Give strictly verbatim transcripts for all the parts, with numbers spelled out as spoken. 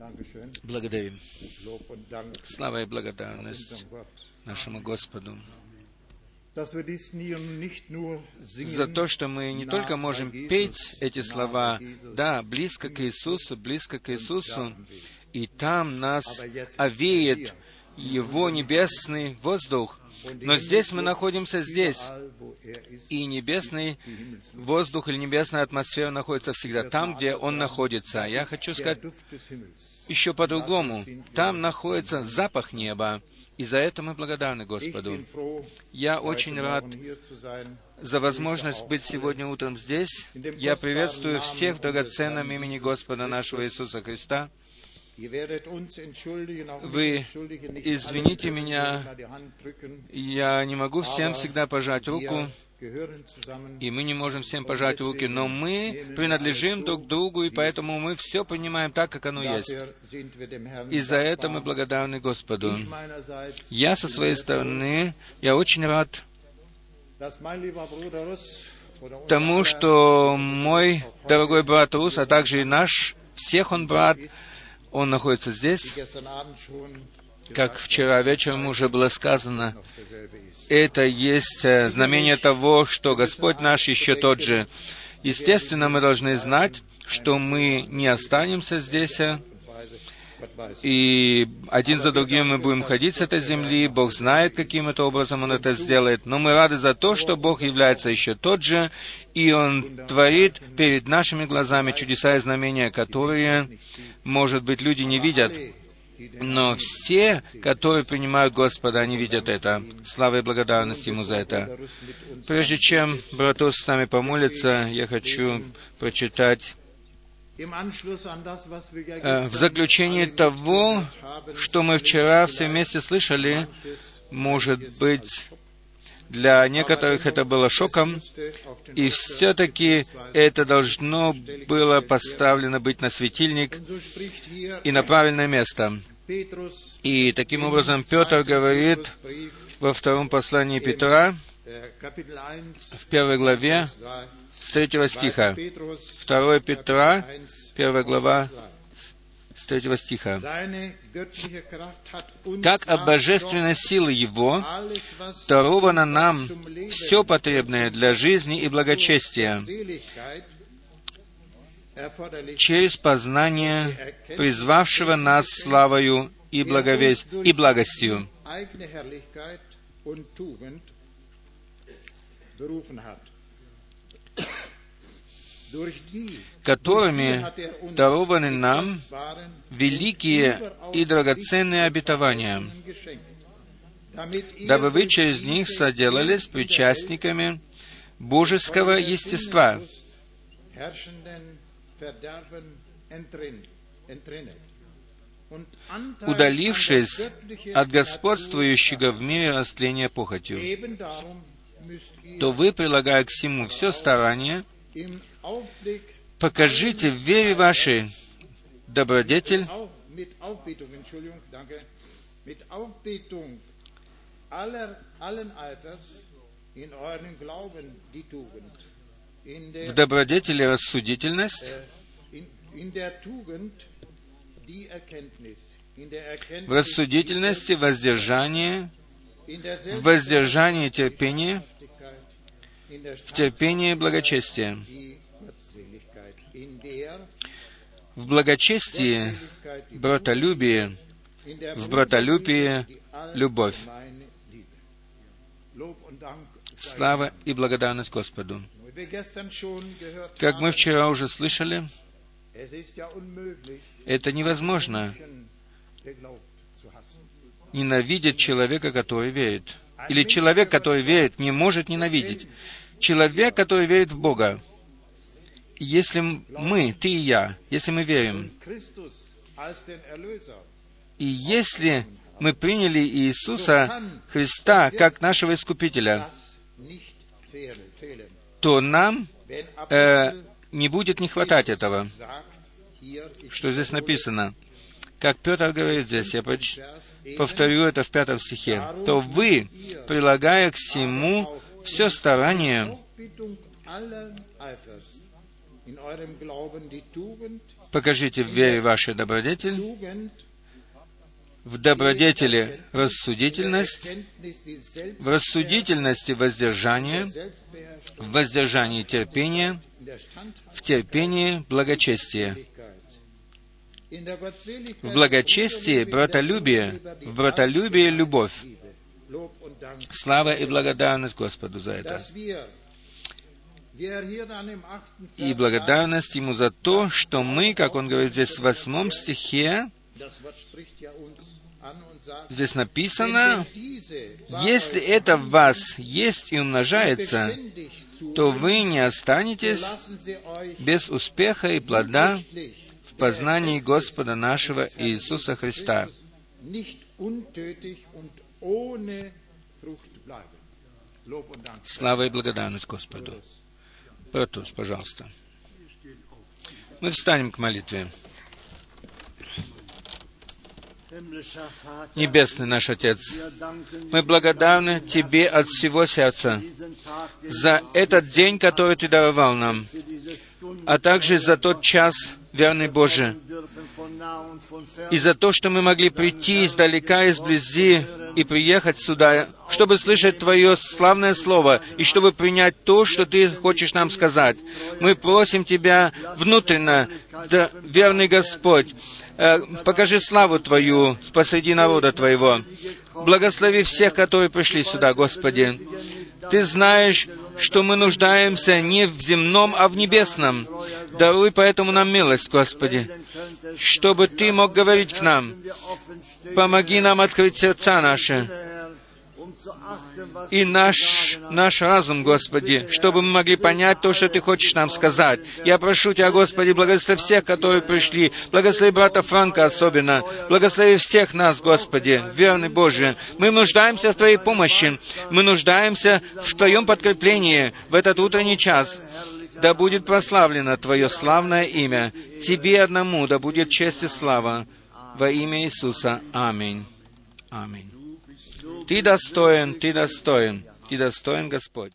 Благодарим. Слава и благодарность нашему Господу за то, что мы не только можем петь эти слова, да, близко к Иисусу, близко к Иисусу, и там нас овеет Его небесный воздух. Но здесь мы находимся здесь, и небесный воздух или небесная атмосфера находится всегда там, где Он находится. Я хочу сказать еще по-другому. Там находится запах неба, и за это мы благодарны Господу. Я очень рад за возможность быть сегодня утром здесь. Я приветствую всех в драгоценном имени Господа нашего Иисуса Христа. Вы извините меня, я не могу всем всегда пожать руку, и мы не можем всем пожать руки, но мы принадлежим друг другу, и поэтому мы все понимаем так, как оно есть. И за это мы благодарны Господу. Я со своей стороны, я очень рад тому, что мой дорогой брат Рус, а также и наш, всех он брат, он находится здесь. Как вчера вечером уже было сказано, это есть знамение того, что Господь наш еще тот же. Естественно, мы должны знать, что мы не останемся здесь, и один за другим мы будем ходить с этой земли. Бог знает, каким это образом Он это сделает. Но мы рады за то, что Бог является еще тот же, и Он творит перед нашими глазами чудеса и знамения, которые, может быть, люди не видят. Но все, которые принимают Господа, они видят это. Слава и благодарность Ему за это. Прежде чем брат Рус с нами помолится, я хочу прочитать в заключение того, что мы вчера все вместе слышали. Может быть, для некоторых это было шоком, и все-таки это должно было поставлено быть на светильник и на правильное место. И таким образом Петр говорит во втором послании Петра, в первой главе, с третьего стиха. второе Петра, первая глава, с третьего стиха. «Как от божественной силы Его даровано нам все потребное для жизни и благочестия через познание призвавшего нас славою и, благовесть, и благостью, которыми дарованы нам великие и драгоценные обетования, дабы вы через них соделались причастниками божеского естества, удалившись от господствующего в мире растления похотью, то вы, прилагая к всему все старание, покажите в вере вашей добродетель, в добродетели рассудительность, в рассудительности воздержание, в воздержании терпение, в терпении благочестие, в благочестии братолюбие, в братолюбии любовь. Слава и благодарность Господу. Как мы вчера уже слышали, это невозможно ненавидеть человека, который верит. Или человек, который верит, не может ненавидеть. Человек, который верит в Бога. Если мы, ты и я, если мы верим, и если мы приняли Иисуса Христа как нашего Искупителя, то нам э, не будет не хватать этого. Что здесь написано? Как Петр говорит здесь, я повторю это в пятом стихе, то вы, прилагая к всему все старание, Покажите в вере вашей добродетель, в добродетели рассудительность, в рассудительности воздержание, в воздержании терпение, в терпении благочестие, в благочестии братолюбие, в братолюбии любовь. Слава и благодарность Господу за это. И благодарность Ему за то, что мы, как Он говорит здесь в восьмом стихе, здесь написано, «Если это в вас есть и умножается, то вы не останетесь без успеха и плода в познании Господа нашего Иисуса Христа». Слава и благодарность Господу. Протус, пожалуйста. Мы встанем к молитве. Небесный наш Отец, мы благодарны Тебе от всего сердца за этот день, который Ты даровал нам, а также за тот час, верный Боже, и за то, что мы могли прийти издалека, изблизи и приехать сюда, чтобы слышать Твое славное Слово и чтобы принять то, что Ты хочешь нам сказать. Мы просим Тебя внутренно, да, верный Господь, э, покажи славу Твою посреди народа Твоего. Благослови всех, которые пришли сюда, Господи. Ты знаешь, что мы нуждаемся не в земном, а в небесном. Даруй поэтому нам милость, Господи, чтобы Ты мог говорить к нам. Помоги нам открыть сердца наши и наш, наш разум, Господи, чтобы мы могли понять то, что Ты хочешь нам сказать. Я прошу Тебя, Господи, благослови всех, которые пришли. Благослови брата Франка особенно. Благослови всех нас, Господи, верный Боже. Мы нуждаемся в Твоей помощи. Мы нуждаемся в Твоем подкреплении в этот утренний час. Да будет прославлено Твое славное имя. Тебе одному да будет честь и слава. Во имя Иисуса. Аминь. Аминь. Ты достоин, Ты достоин, Ты достоин, Господь.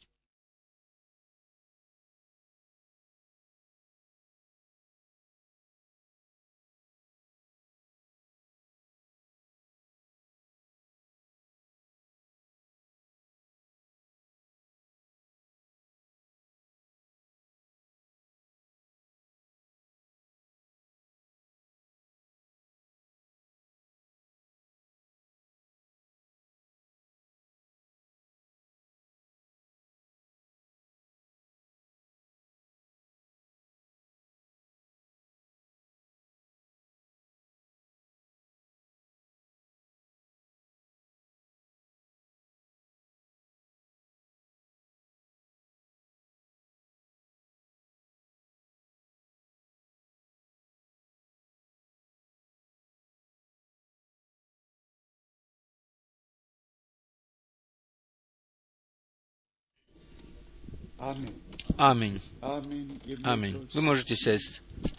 Аминь. Аминь. Вы можете сесть.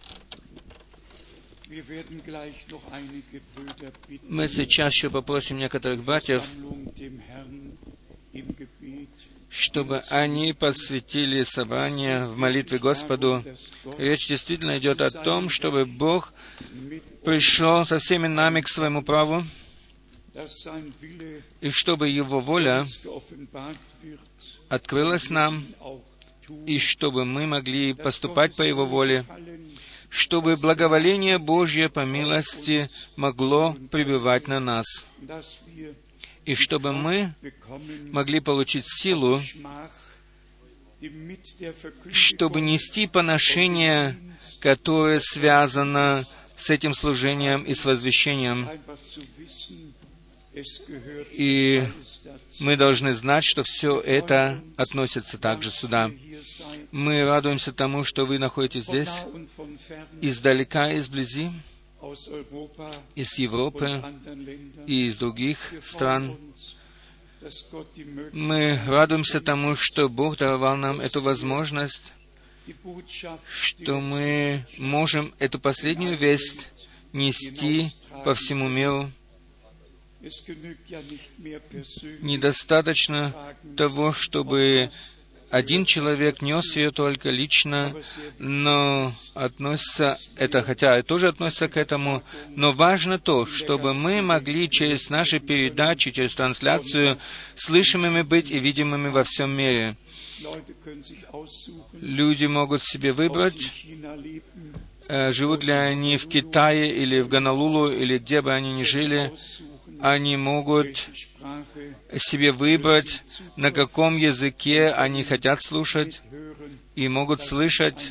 Мы сейчас еще попросим некоторых братьев, чтобы они посвятили собрание в молитве Господу. Речь действительно идет о том, чтобы Бог пришел со всеми нами к своему праву, и чтобы Его воля открылась нам, и чтобы мы могли поступать по Его воле, чтобы благоволение Божье по милости могло пребывать на нас, и чтобы мы могли получить силу, чтобы нести поношение, которое связано с этим служением и с возвещением. И мы должны знать, что все это относится также сюда. Мы радуемся тому, что вы находитесь здесь, издалека и изблизи, из Европы и из других стран. Мы радуемся тому, что Бог даровал нам эту возможность, что мы можем эту последнюю весть нести по всему миру. Недостаточно того, чтобы один человек нес ее только лично, но относится, это хотя и тоже относится к этому, но важно то, чтобы мы могли через наши передачи, через трансляцию слышимыми быть и видимыми во всем мире. Люди могут себе выбрать, живут ли они в Китае или в Гонолулу, или где бы они ни жили, они могут себе выбрать, на каком языке они хотят слушать, и могут слышать.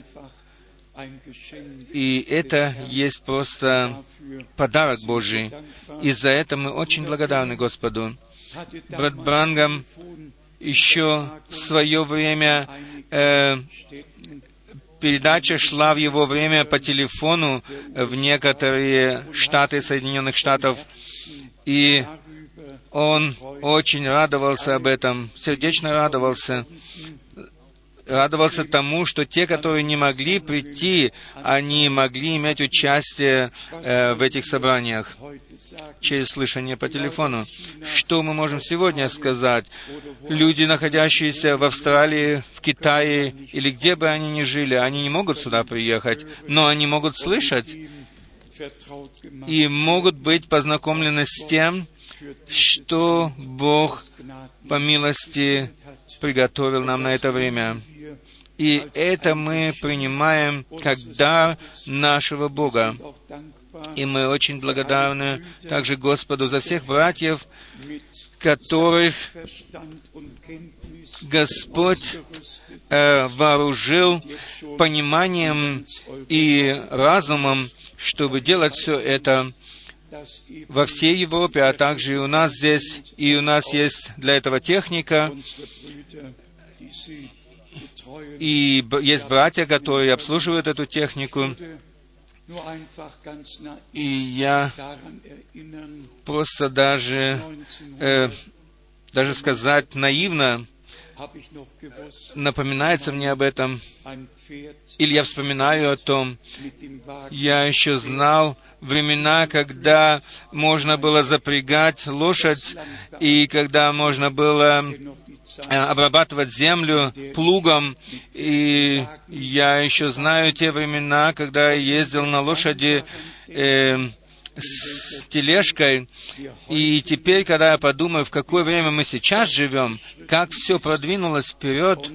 И это есть просто подарок Божий. И за это мы очень благодарны Господу. Брат Брангам еще в свое время, э, передача шла в его время по телефону в некоторые штаты Соединенных Штатов, и он очень радовался об этом, сердечно радовался, радовался тому, что те, которые не могли прийти, они могли иметь участие э, в этих собраниях через слышание по телефону. Что мы можем сегодня сказать? Люди, находящиеся в Австралии, в Китае, или где бы они ни жили, они не могут сюда приехать, но они могут слышать и могут быть познакомлены с тем, что Бог по милости приготовил нам на это время. И это мы принимаем как дар нашего Бога. И мы очень благодарны также Господу за всех братьев, которых Господь э, вооружил пониманием и разумом, чтобы делать все это во всей Европе, а также и у нас здесь. И у нас есть для этого техника, и есть братья, которые обслуживают эту технику. И я просто даже, э, даже сказать наивно, напоминается мне об этом, или я вспоминаю о том, я еще знал времена, когда можно было запрягать лошадь, и когда можно было обрабатывать землю плугом, и я еще знаю те времена, когда я ездил на лошади э, с тележкой, и теперь, когда я подумаю, в какое время мы сейчас живем, как все продвинулось вперед,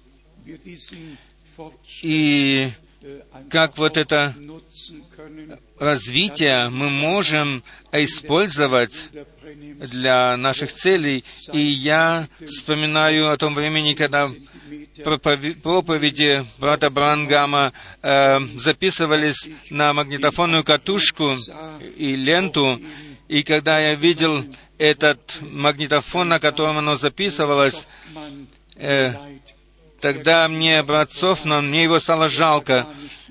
и как вот это развитие мы можем использовать для наших целей. И я вспоминаю о том времени, когда проповеди брата Брангама э, записывались на магнитофонную катушку и ленту, и когда я видел этот магнитофон, на котором оно записывалось, э, тогда мне, брат Софман, мне его стало жалко,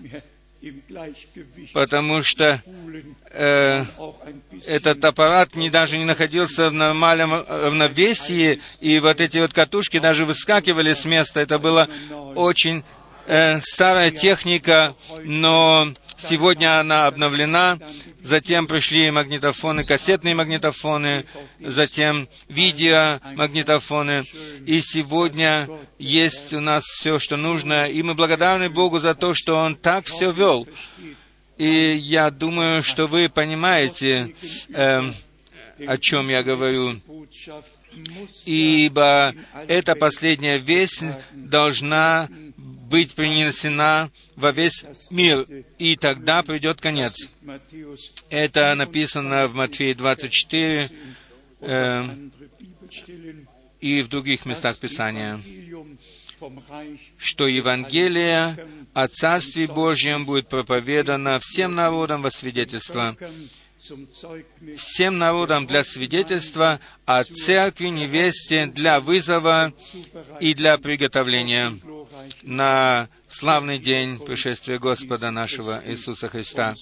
потому что э, этот аппарат не, даже не находился в нормальном равновесии, и вот эти вот катушки даже выскакивали с места. Это была очень э, старая техника, но сегодня она обновлена. Затем пришли магнитофоны, кассетные магнитофоны, затем видеомагнитофоны. И сегодня есть у нас все, что нужно. И мы благодарны Богу за то, что Он так все вел. И я думаю, что вы понимаете, э, о чем я говорю. Ибо эта последняя весть должна быть принесена во весь мир, и тогда придет конец. Это написано в Матфея двадцать четыре э, и в других местах Писания, что Евангелие о Царстве Божьем будет проповедано всем народам во свидетельство, всем народам для свидетельства, а Церкви невесте для вызова и для приготовления на славный день пришествия Господа нашего Иисуса Христа.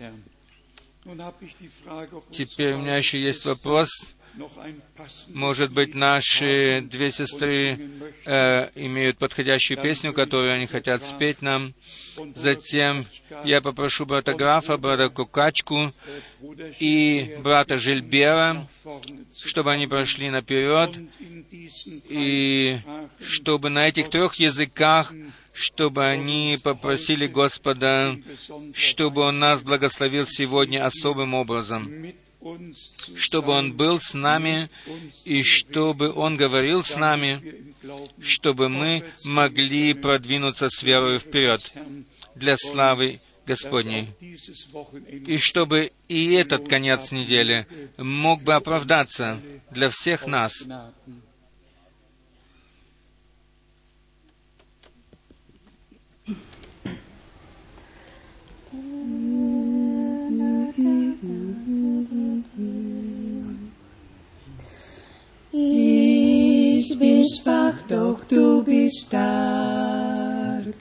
Теперь у меня еще есть вопрос. Может быть, наши две сестры э, имеют подходящую песню, которую они хотят спеть нам. Затем я попрошу брата Графа, брата Кукачку и брата Жильбера, чтобы они прошли наперед. И чтобы на этих трех языках, чтобы они попросили Господа, чтобы Он нас благословил сегодня особым образом, чтобы Он был с нами, и чтобы Он говорил с нами, чтобы мы могли продвинуться с верой вперед для славы Господней, и чтобы и этот конец недели мог бы оправдаться для всех нас. Ich bin schwach, doch du bist stark.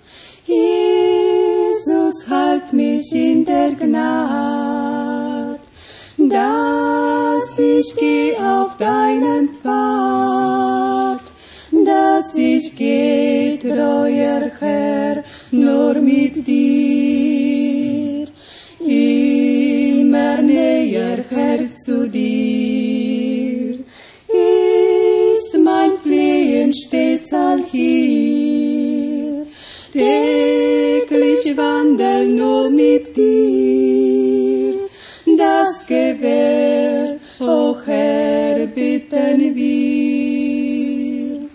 Jesus, halt mich in der Gnade, dass ich geh auf deinen Pfad, dass ich geh, treuer Herr, nur mit dir, immer näher, Herr, zu dir. Ist mein Flehen stets all hier, täglich wandel nur mit dir, das gewähr, o Herr, bitten wir.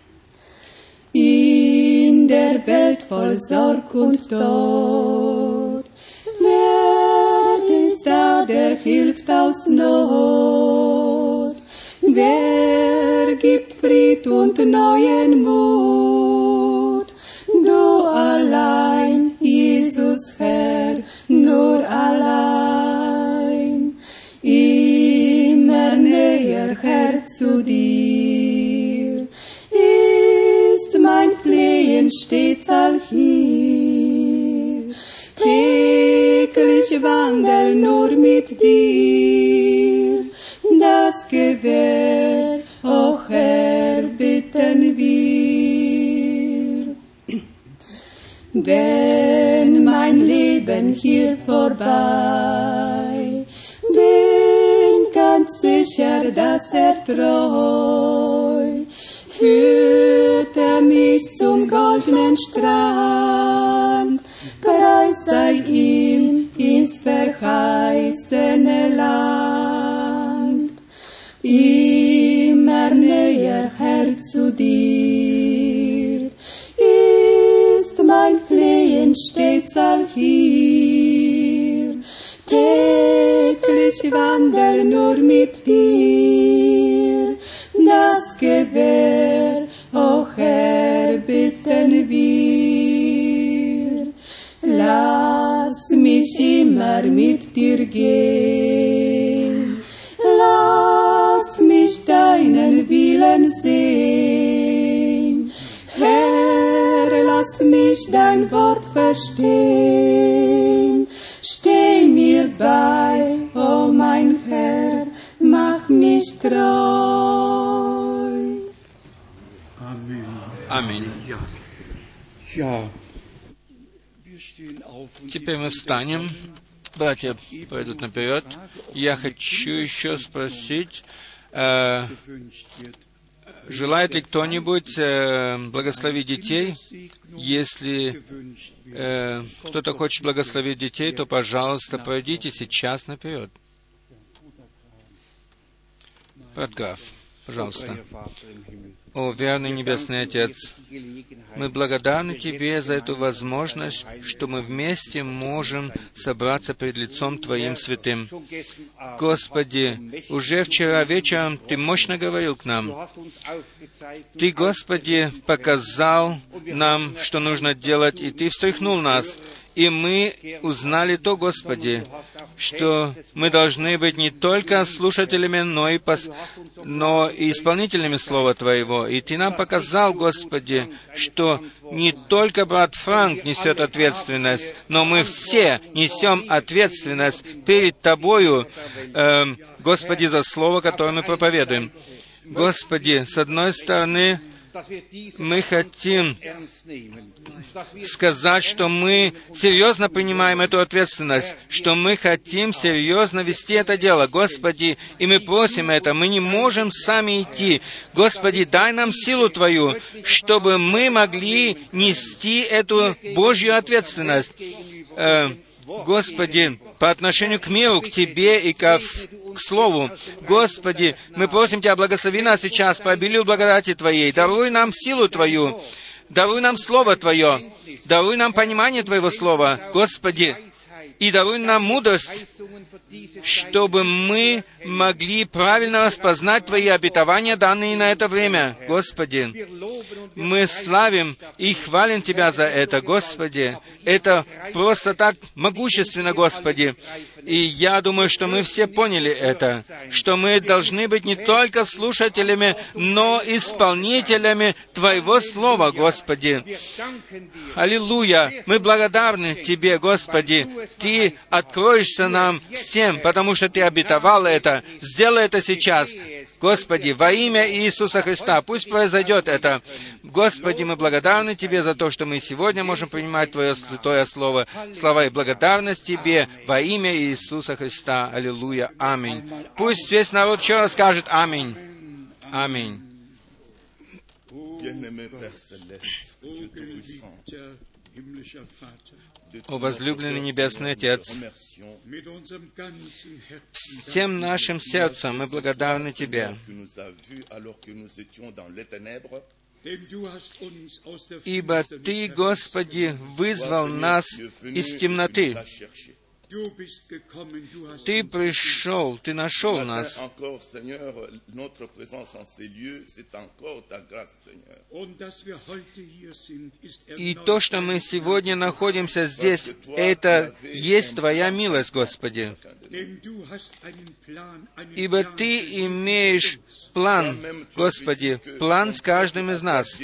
In der Welt voll Sorg und Tod, wer ist da, der hilft aus Not? Wer gibt Fried und neuen Mut? Du allein, Jesus Herr, nur allein. Immer näher, Herr, zu dir. Ist mein Flehen stets all hier. Täglich wandel nur mit dir. Das gewähr, o Herr, bitten wir. Wenn mein Leben hier vorbei, bin ganz sicher, dass er treu führt er mich zum goldenen Strand. Preis sei ihm ins verheißene Land. Immer näher, Herr, zu dir. Ist mein Flehen stets all hier. Täglich wandel nur mit dir. Das gewähr, o Herr, bitten wir. Lass mich immer mit dir gehen. Lass mich deinen Willen sehen. Herr, lass mich dein Wort verstehen. Steh mir bei, o mein Herr, mach mich treu. Amen. Amen. Ja. Теперь мы встанем. Братья пойдут наперед. Я хочу еще спросить, э, желает ли кто-нибудь э, благословить детей? Если э, кто-то хочет благословить детей, то, пожалуйста, пройдите сейчас наперед. Брат Граф, пожалуйста. О, верный Небесный Отец, мы благодарны Тебе за эту возможность, что мы вместе можем собраться перед лицом Твоим святым. Господи, уже вчера вечером Ты мощно говорил к нам. Ты, Господи, показал нам, что нужно делать, и Ты встряхнул нас. И мы узнали то, Господи, что мы должны быть не только слушателями, но и, пос... но и исполнителями Слова Твоего. И Ты нам показал, Господи, что не только брат Франк несет ответственность, но мы все несем ответственность перед Тобою, э, Господи, за Слово, которое мы проповедуем. Господи, с одной стороны, мы хотим сказать, что мы серьезно принимаем эту ответственность, что мы хотим серьезно вести это дело. Господи, и мы просим это, мы не можем сами идти. Господи, дай нам силу Твою, чтобы мы могли нести эту Божью ответственность. Э, Господи, по отношению к миру, к Тебе и ко, к Слову. Господи, мы просим Тебя, благослови нас сейчас по обилию благодати Твоей. Даруй нам силу Твою, даруй нам Слово Твое, даруй нам понимание Твоего Слова, Господи, и даруй нам мудрость, чтобы мы могли правильно распознать Твои обетования, данные на это время. Господи, мы славим и хвалим Тебя за это, Господи. Это просто так могущественно, Господи. И я думаю, что мы все поняли это, что мы должны быть не только слушателями, но исполнителями Твоего Слова, Господи. Аллилуйя! Мы благодарны Тебе, Господи. Ты откроешься нам всем, потому что Ты обетовал это. Сделай это сейчас. Господи, во имя Иисуса Христа, пусть произойдет это. Господи, мы благодарны Тебе за то, что мы сегодня можем принимать Твое святое Слово. Слава и благодарность Тебе во имя Иисуса Христа. Аллилуйя. Аминь. Пусть весь народ еще раз скажет Аминь. Аминь. О возлюбленный Небесный Отец, всем нашим сердцем мы благодарны Тебе, ибо Ты, Господи, вызвал нас из темноты. Ты пришел, Ты нашел нас. И то, что мы сегодня находимся здесь, это есть Твоя милость, Господи. Ибо Ты имеешь план, Господи, план с каждым из нас.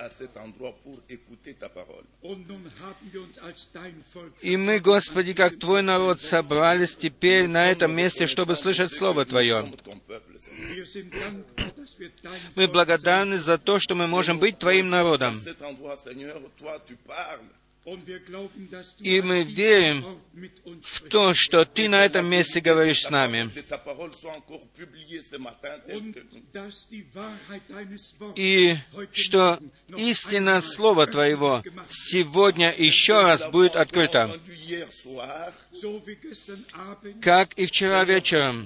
И мы, Господи, как Твой народ, собрались теперь на этом месте, чтобы слышать Слово Твое. Мы благодарны за то, что мы можем быть Твоим народом. И мы верим в то, что Ты на этом месте говоришь с нами. И что истина Слова Твоего сегодня еще раз будет открыта. Как и вчера вечером.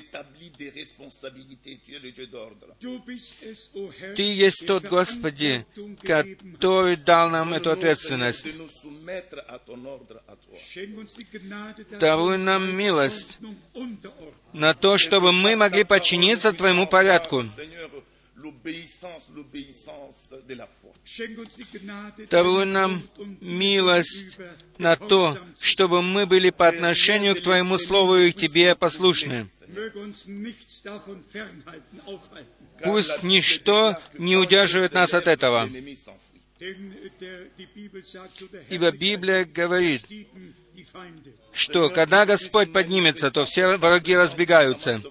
Ты есть тот, Господи, который дал нам эту ответственность. Даруй нам милость на то, чтобы мы могли подчиниться Твоему порядку. Даруй нам милость на то, чтобы мы были по отношению к Твоему Слову и к Тебе послушны. Пусть ничто не удерживает нас от этого. Ибо Библия говорит, что когда Господь поднимется, то все враги разбегаются.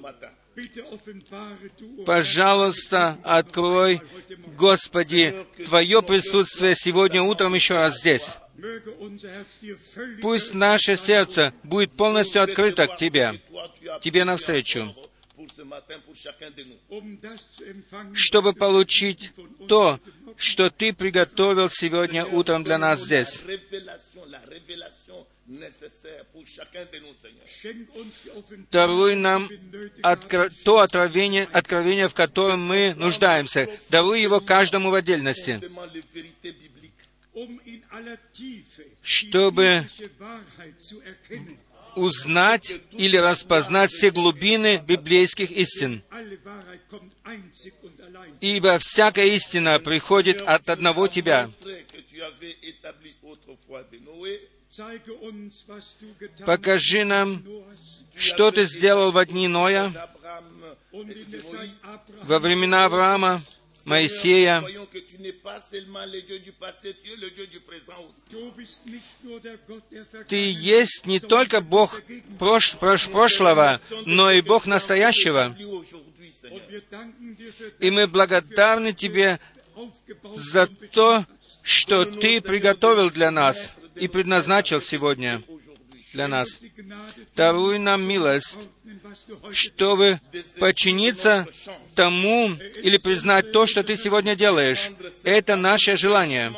Пожалуйста, открой, Господи, Твое присутствие сегодня утром еще раз здесь. Пусть наше сердце будет полностью открыто к Тебе, Тебе навстречу, чтобы получить то, что Ты приготовил сегодня утром для нас здесь. Даруй нам откро... то откровение, откровение, в котором мы нуждаемся. Даруй его каждому в отдельности, чтобы узнать или распознать все глубины библейских истин. Ибо всякая истина приходит от одного Тебя. Покажи нам, что Ты сделал во дни Ноя, во времена Авраама, Моисея. Ты есть не только Бог прош- прош- прошлого, но и Бог настоящего. И мы благодарны Тебе за то, что Ты приготовил для нас и предназначил сегодня для нас. Даруй нам милость, чтобы подчиниться тому или признать то, что Ты сегодня делаешь. Это наше желание.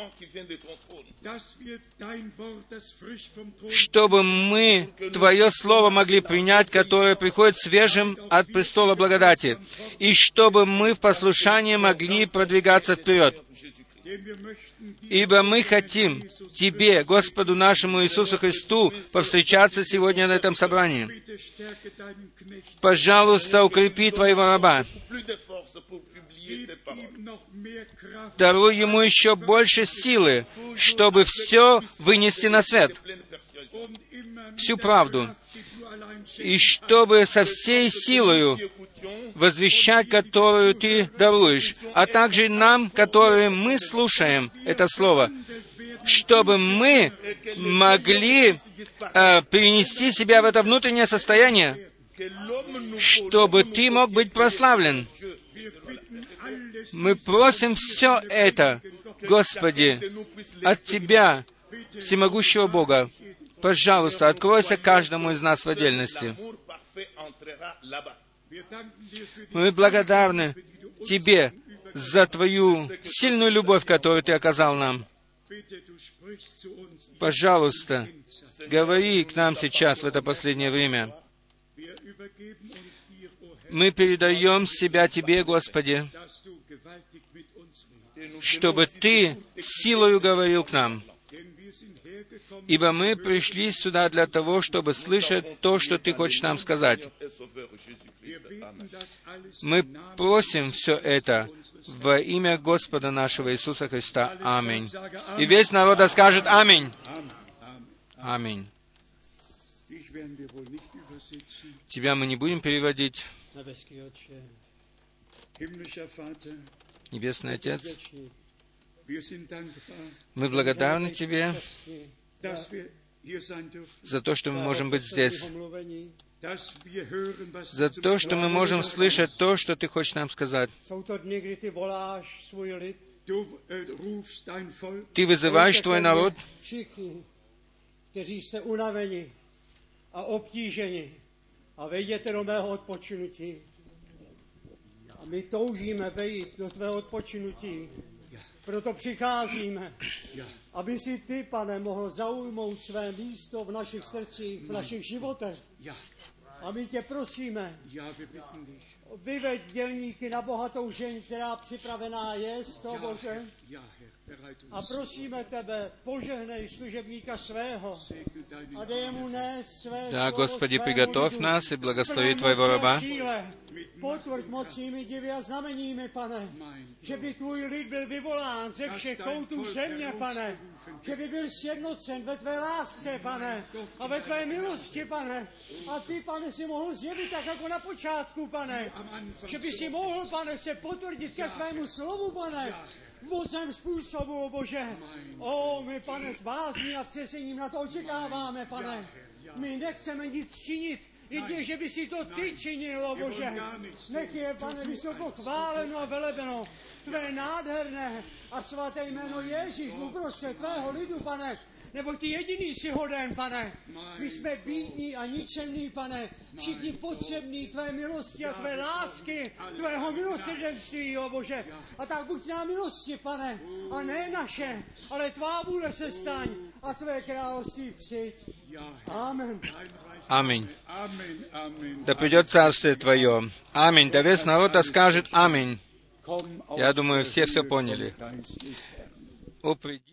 Чтобы мы Твое Слово могли принять, которое приходит свежим от престола благодати, и чтобы мы в послушании могли продвигаться вперед. Ибо мы хотим Тебе, Господу нашему Иисусу Христу, повстречаться сегодня на этом собрании. Пожалуйста, укрепи Твоего раба. Даруй ему еще больше силы, чтобы все вынести на свет, всю правду, и чтобы со всей силою возвещать, которую Ты даруешь, а также нам, которые мы слушаем это Слово, чтобы мы могли э, перенести себя в это внутреннее состояние, чтобы Ты мог быть прославлен. Мы просим все это, Господи, от Тебя, всемогущего Бога. Пожалуйста, откройся каждому из нас в отдельности. Мы благодарны Тебе за Твою сильную любовь, которую Ты оказал нам. Пожалуйста, говори к нам сейчас, в это последнее время. Мы передаем себя Тебе, Господи, чтобы Ты силою говорил к нам. Ибо мы пришли сюда для того, чтобы слышать то, что Ты хочешь нам сказать. Мы просим все это во имя Господа нашего Иисуса Христа. Аминь. И весь народ скажет Аминь. Аминь. Тебя мы не будем переводить. Небесный Отец, мы благодарны Тебе за то, что мы можем быть здесь, за то, что мы можем слышать то, что Ты хочешь нам сказать. Ты вызываешь Твой народ, a my toužíme vejít do tvého odpočinutí. Proto přicházíme, aby si Ty, Pane, mohl zaujmout své místo v našich srdcích, v našich životech. A my Tě prosíme, vyveď dělníky na bohatou žeň, která připravená je, to Bože. A prosíme Tebe, požehnej služebníka svého a dej mu nést své Да, slovo Господи, svému приготовь lidu. нас и благослови Plnou Твоего moci a раба. síle. Potvrď mocnými divy a znameními, Pane, že by Tvůj lid byl vyvolán ze všech koutů země, Pane, že by byl sjednocen ve Tvé lásce, Pane, a ve Tvé milosti, Pane. A Ty, Pane, si mohl zjevit tak jako na počátku, Pane, že by si mohl, Pane, se potvrdit ke svému slovu, Pane, v mocném způsobu, o Bože. O, my, Pane, s bázní a třesením na to očekáváme, Pane. My nechceme nic činit, jedině, že by si to Ty činil, o Bože. Nech je, Pane, vysoko chváleno a velebeno Tvé nádherné a svaté jméno Ježíš uprostřed Tvého lidu, Pane. Neboť Ty jediný si hoden, Pane. My jsme bídní a ničemní, Pane. Všichni potřební Tvé milosti a Tvé lásky, Tvého milosrdenství, o Bože. A tak buď nám milosti, Pane, a ne naše, ale Tvá vůle se staň a Tvé království přijď. Amen. Аминь. Да придет Царствие Твое. Аминь. Да весь народ скажет Аминь. Я думаю, все все поняли. О, приди.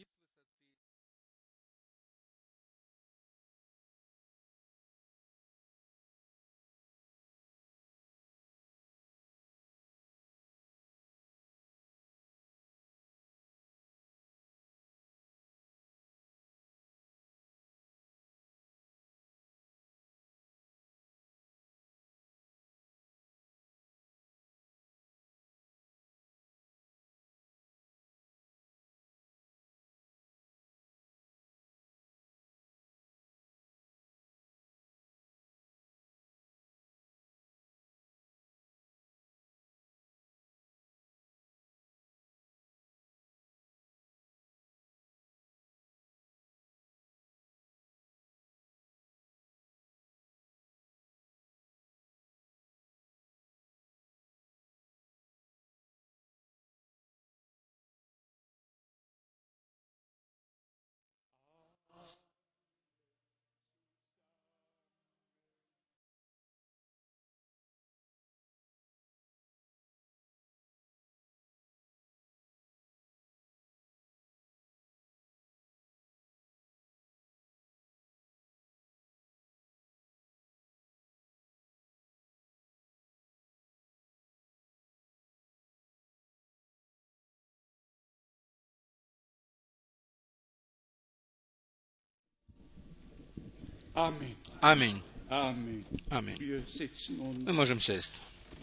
Аминь. Аминь. Мы можем сесть.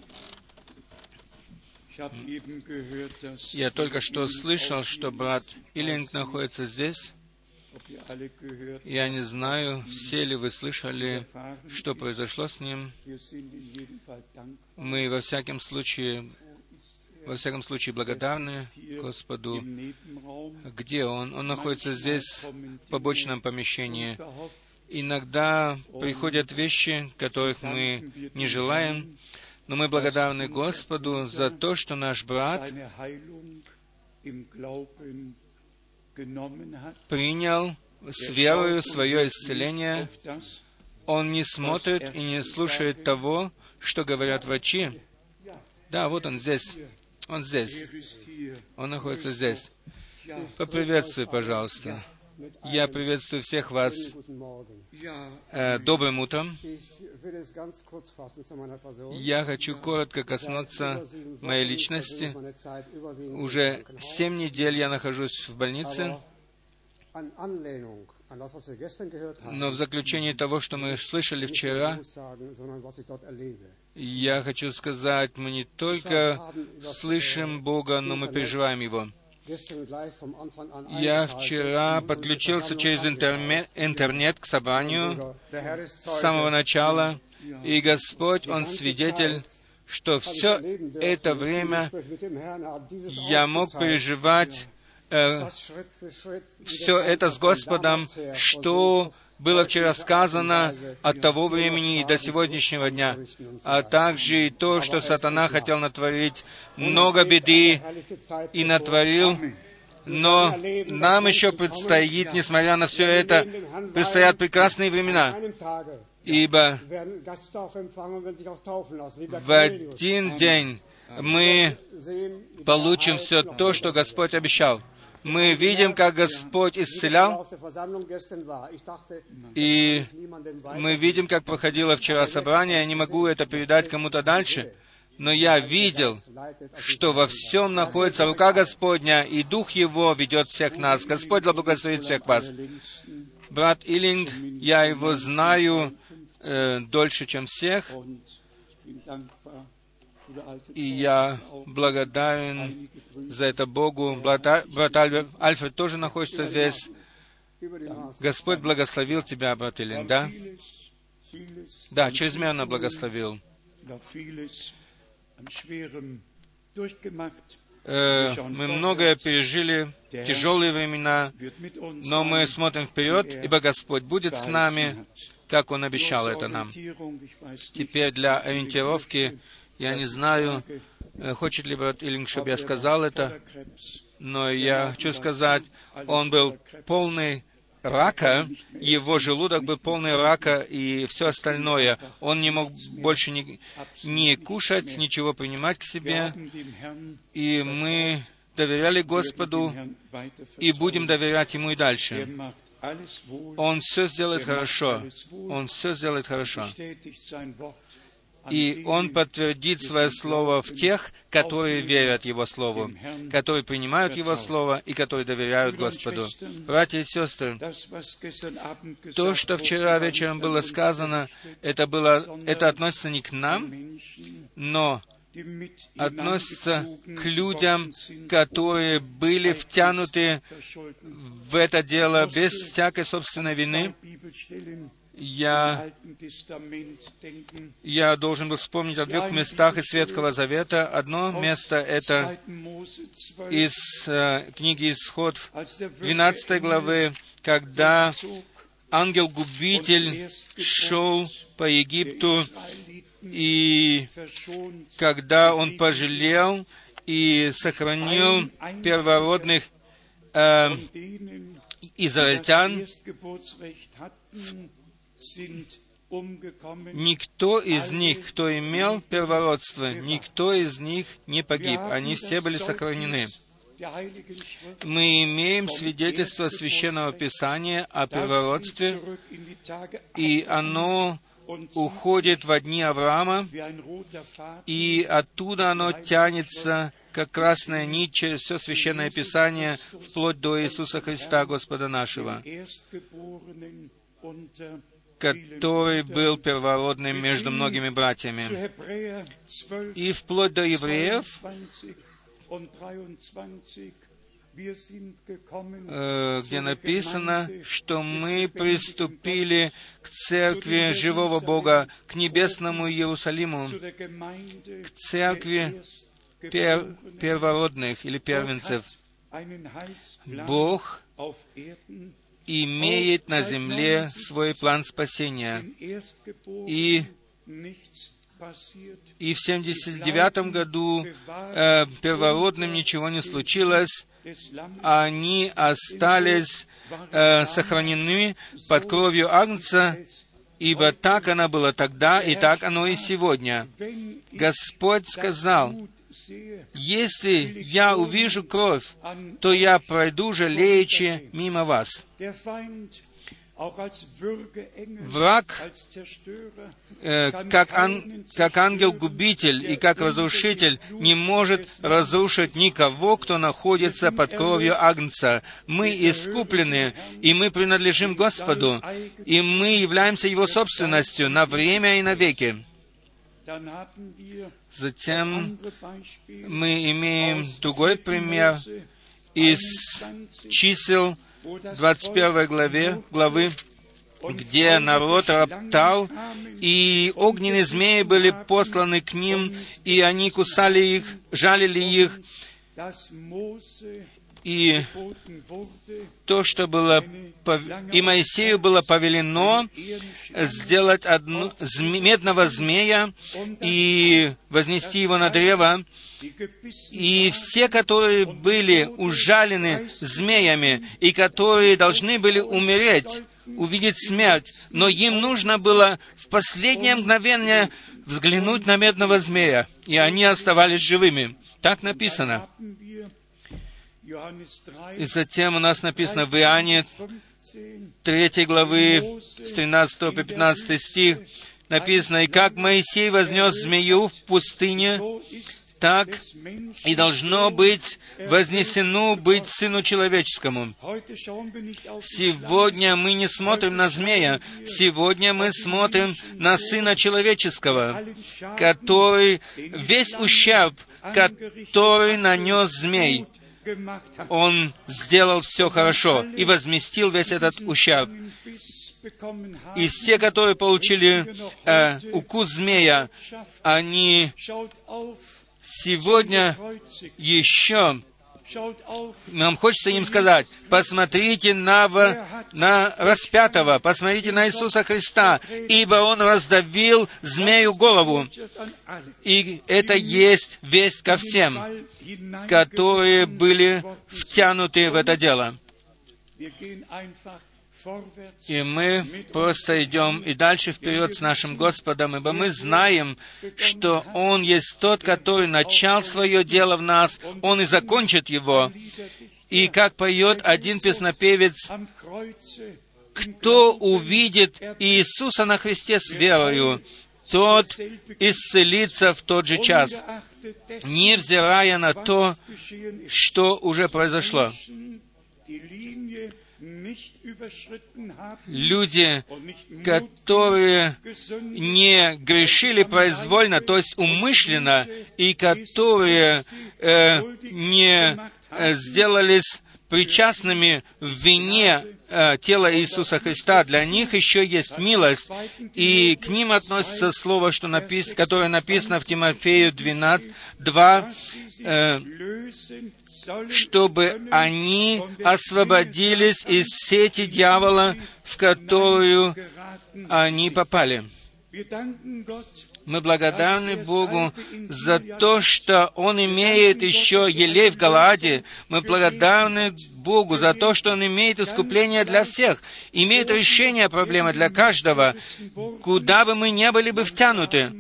Я только что слышал, что брат Илинг находится здесь. Я не знаю, все ли вы слышали, что произошло с ним. Мы во всяком случае, во всяком случае благодарны Господу. Где он? Он находится здесь, в побочном помещении. Иногда приходят вещи, которых мы не желаем, но мы благодарны Господу за то, что наш брат принял с верою свое исцеление. Он не смотрит и не слушает того, что говорят врачи. Да, вот он здесь. Он здесь. Он находится здесь. Поприветствуй, пожалуйста. Я приветствую всех вас э, добрым утром. Я хочу коротко коснуться моей личности. Уже семь недель я нахожусь в больнице. Но в заключении того, что мы слышали вчера, я хочу сказать, мы не только слышим Бога, но мы переживаем Его. Я вчера подключился через интернет к собранию с самого начала, и Господь, Он свидетель, что все это время я мог переживать э, все это с Господом, что было вчера сказано от того времени и до сегодняшнего дня, а также и то, что сатана хотел натворить много беды и натворил, но нам еще предстоит, несмотря на все это, предстоят прекрасные времена, ибо в один день мы получим все то, что Господь обещал. Мы видим, как Господь исцелял, и мы видим, как проходило вчера собрание. Я не могу это передать кому-то дальше, но я видел, что во всем находится рука Господня, и Дух Его ведет всех нас. Господь да благословит всех вас. Брат Илинг, я его знаю э, дольше, чем всех, и я благодарен за это Богу. Брат, брат Альфред тоже находится здесь. Господь благословил тебя, брат Илинг, да? Да, чрезмерно благословил. Э, мы многое пережили, тяжелые времена, но мы смотрим вперед, ибо Господь будет с нами, как Он обещал это нам. Теперь для ориентировки, я не знаю, хочет ли брат Илинг, чтобы я сказал это, но я хочу сказать, он был полный рака, его желудок был полный рака и все остальное. Он не мог больше ни, ни кушать, ничего принимать к себе. И мы доверяли Господу и будем доверять Ему и дальше. Он все сделает хорошо. Он все сделает хорошо. И Он подтвердит Свое Слово в тех, которые верят Его Слову, которые принимают Его Слово и которые доверяют Господу. Братья и сестры, то, что вчера вечером было сказано, это, было, это относится не к нам, но относится к людям, которые были втянуты в это дело без всякой собственной вины. Я, я должен был вспомнить о двух местах из Ветхого Завета. Одно место — это из э, книги Исход, двенадцатой главы, когда ангел-губитель шел по Египту, и когда он пожалел и сохранил первородных э, израильтян, никто из них, кто имел первородство, никто из них не погиб. Они все были сохранены. Мы имеем свидетельство Священного Писания о первородстве, и оно уходит во дни Авраама, и оттуда оно тянется, как красная нить, через все Священное Писание, вплоть до Иисуса Христа, Господа нашего. который был первородным между многими братьями. И вплоть до Евреев, где написано, что мы приступили к церкви живого Бога, к небесному Иерусалиму, к церкви пер, первородных или первенцев. Бог имеет на земле свой план спасения. И, и в семьдесят девятом году э, первородным ничего не случилось. Они остались э, сохранены под кровью Агнца, ибо так она была тогда, и так оно и сегодня. Господь сказал: «Если я увижу кровь, то я пройду жалеючи мимо вас». Враг, э, как, ан, как ангел-губитель и как разрушитель, не может разрушить никого, кто находится под кровью Агнца. Мы искуплены, и мы принадлежим Господу, и мы являемся Его собственностью на время и навеки. Затем мы имеем другой пример из чисел двадцать первой главе, главы, где народ роптал, и огненные змеи были посланы к ним, и они кусали их, жалили их, и то, что было, и Моисею было повелено сделать одну, медного змея и вознести его на древо, и все, которые были ужалены змеями, и которые должны были умереть, увидеть смерть, но им нужно было в последнее мгновение взглянуть на медного змея, и они оставались живыми. Так написано. И затем у нас написано в Иоанне третьей главы, с тринадцатого по пятнадцатый стих, написано: «И как Моисей вознес змею в пустыне, так и должно быть вознесено быть Сыну Человеческому». Сегодня мы не смотрим на змея, сегодня мы смотрим на Сына Человеческого, который весь ущерб, который нанес змей, Он сделал все хорошо и возместил весь этот ущерб. И те, которые получили э, укус змея, они сегодня еще, нам хочется им сказать: посмотрите на, на распятого, посмотрите на Иисуса Христа, ибо Он раздавил змею голову. И это есть весть ко всем, которые были втянуты в это дело. И мы просто идем и дальше вперед с нашим Господом, ибо мы знаем, что Он есть Тот, который начал свое дело в нас, Он и закончит его. И как поет один песнопевец: «Кто увидит Иисуса на кресте с верою, тот исцелится в тот же час, невзирая на то, что уже произошло». Люди, которые не грешили произвольно, то есть умышленно, и которые э, не э, сделались причастными в вине э, тела Иисуса Христа, для них еще есть милость, и к ним относится слово, что напис... которое написано в Тимофею двенадцать, два, э, чтобы они освободились из сети дьявола, в которую они попали. Мы благодарны Богу за то, что Он имеет еще елей в Галааде. Мы благодарны Богу за то, что Он имеет искупление для всех, имеет решение проблемы для каждого, куда бы мы ни были бы втянуты.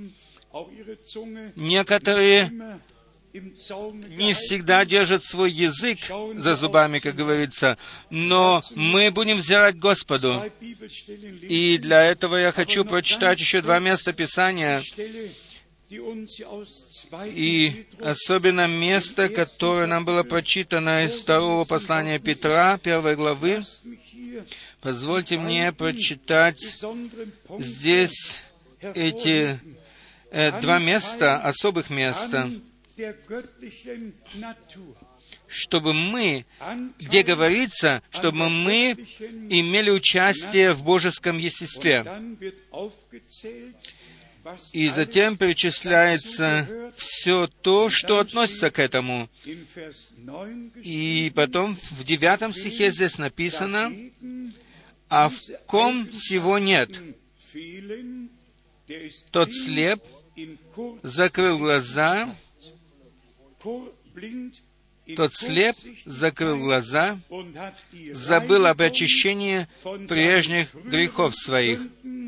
Некоторые не всегда держат свой язык за зубами, как говорится, но мы будем взирать Господу. И для этого я хочу прочитать еще два места Писания. И особенно место, которое нам было прочитано из второго послания Петра, первой главы. Позвольте мне прочитать здесь эти э, два места, особых места, чтобы мы, где говорится, чтобы мы имели участие в божеском естестве. И затем перечисляется все то, что относится к этому. И потом в девятом стихе здесь написано: «А в ком сего нет, тот слеп, закрыл глаза, тот слеп, закрыл глаза, забыл об очищении прежних грехов своих».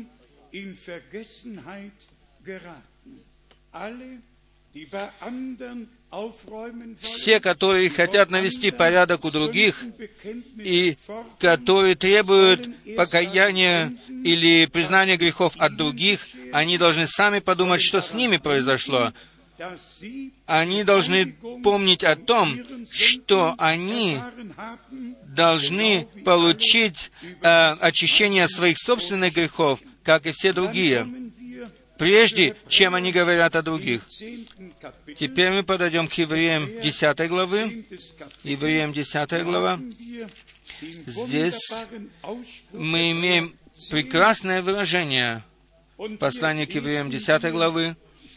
Все, которые хотят навести порядок у других и которые требуют покаяния или признания грехов от других, они должны сами подумать, что с ними произошло. Они должны помнить о том, что они должны получить э, очищение своих собственных грехов, как и все другие, прежде чем они говорят о других. Теперь мы подойдем к Евреям десятой главы. Евреям десятая глава. Здесь мы имеем прекрасное выражение. Послание к Евреям десятой главы.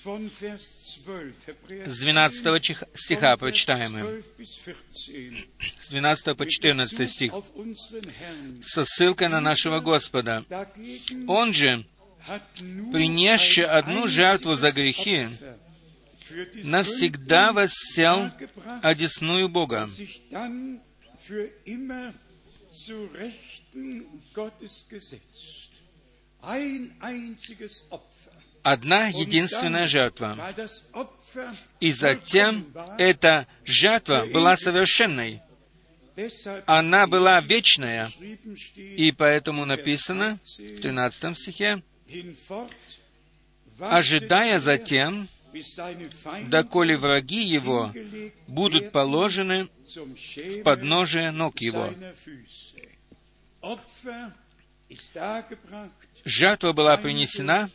С двенадцатого стиха прочитаем. С двенадцатого по четырнадцатый стих. Со ссылкой на нашего Господа. Он же, принесший одну жертву за грехи, навсегда воссел одесную Бога. Одна единственная жертва. И затем эта жертва была совершенной. Она была вечная. И поэтому написано в тринадцатом стихе: «Ожидая затем, доколе враги его будут положены в подножие ног его». Жертва была принесена,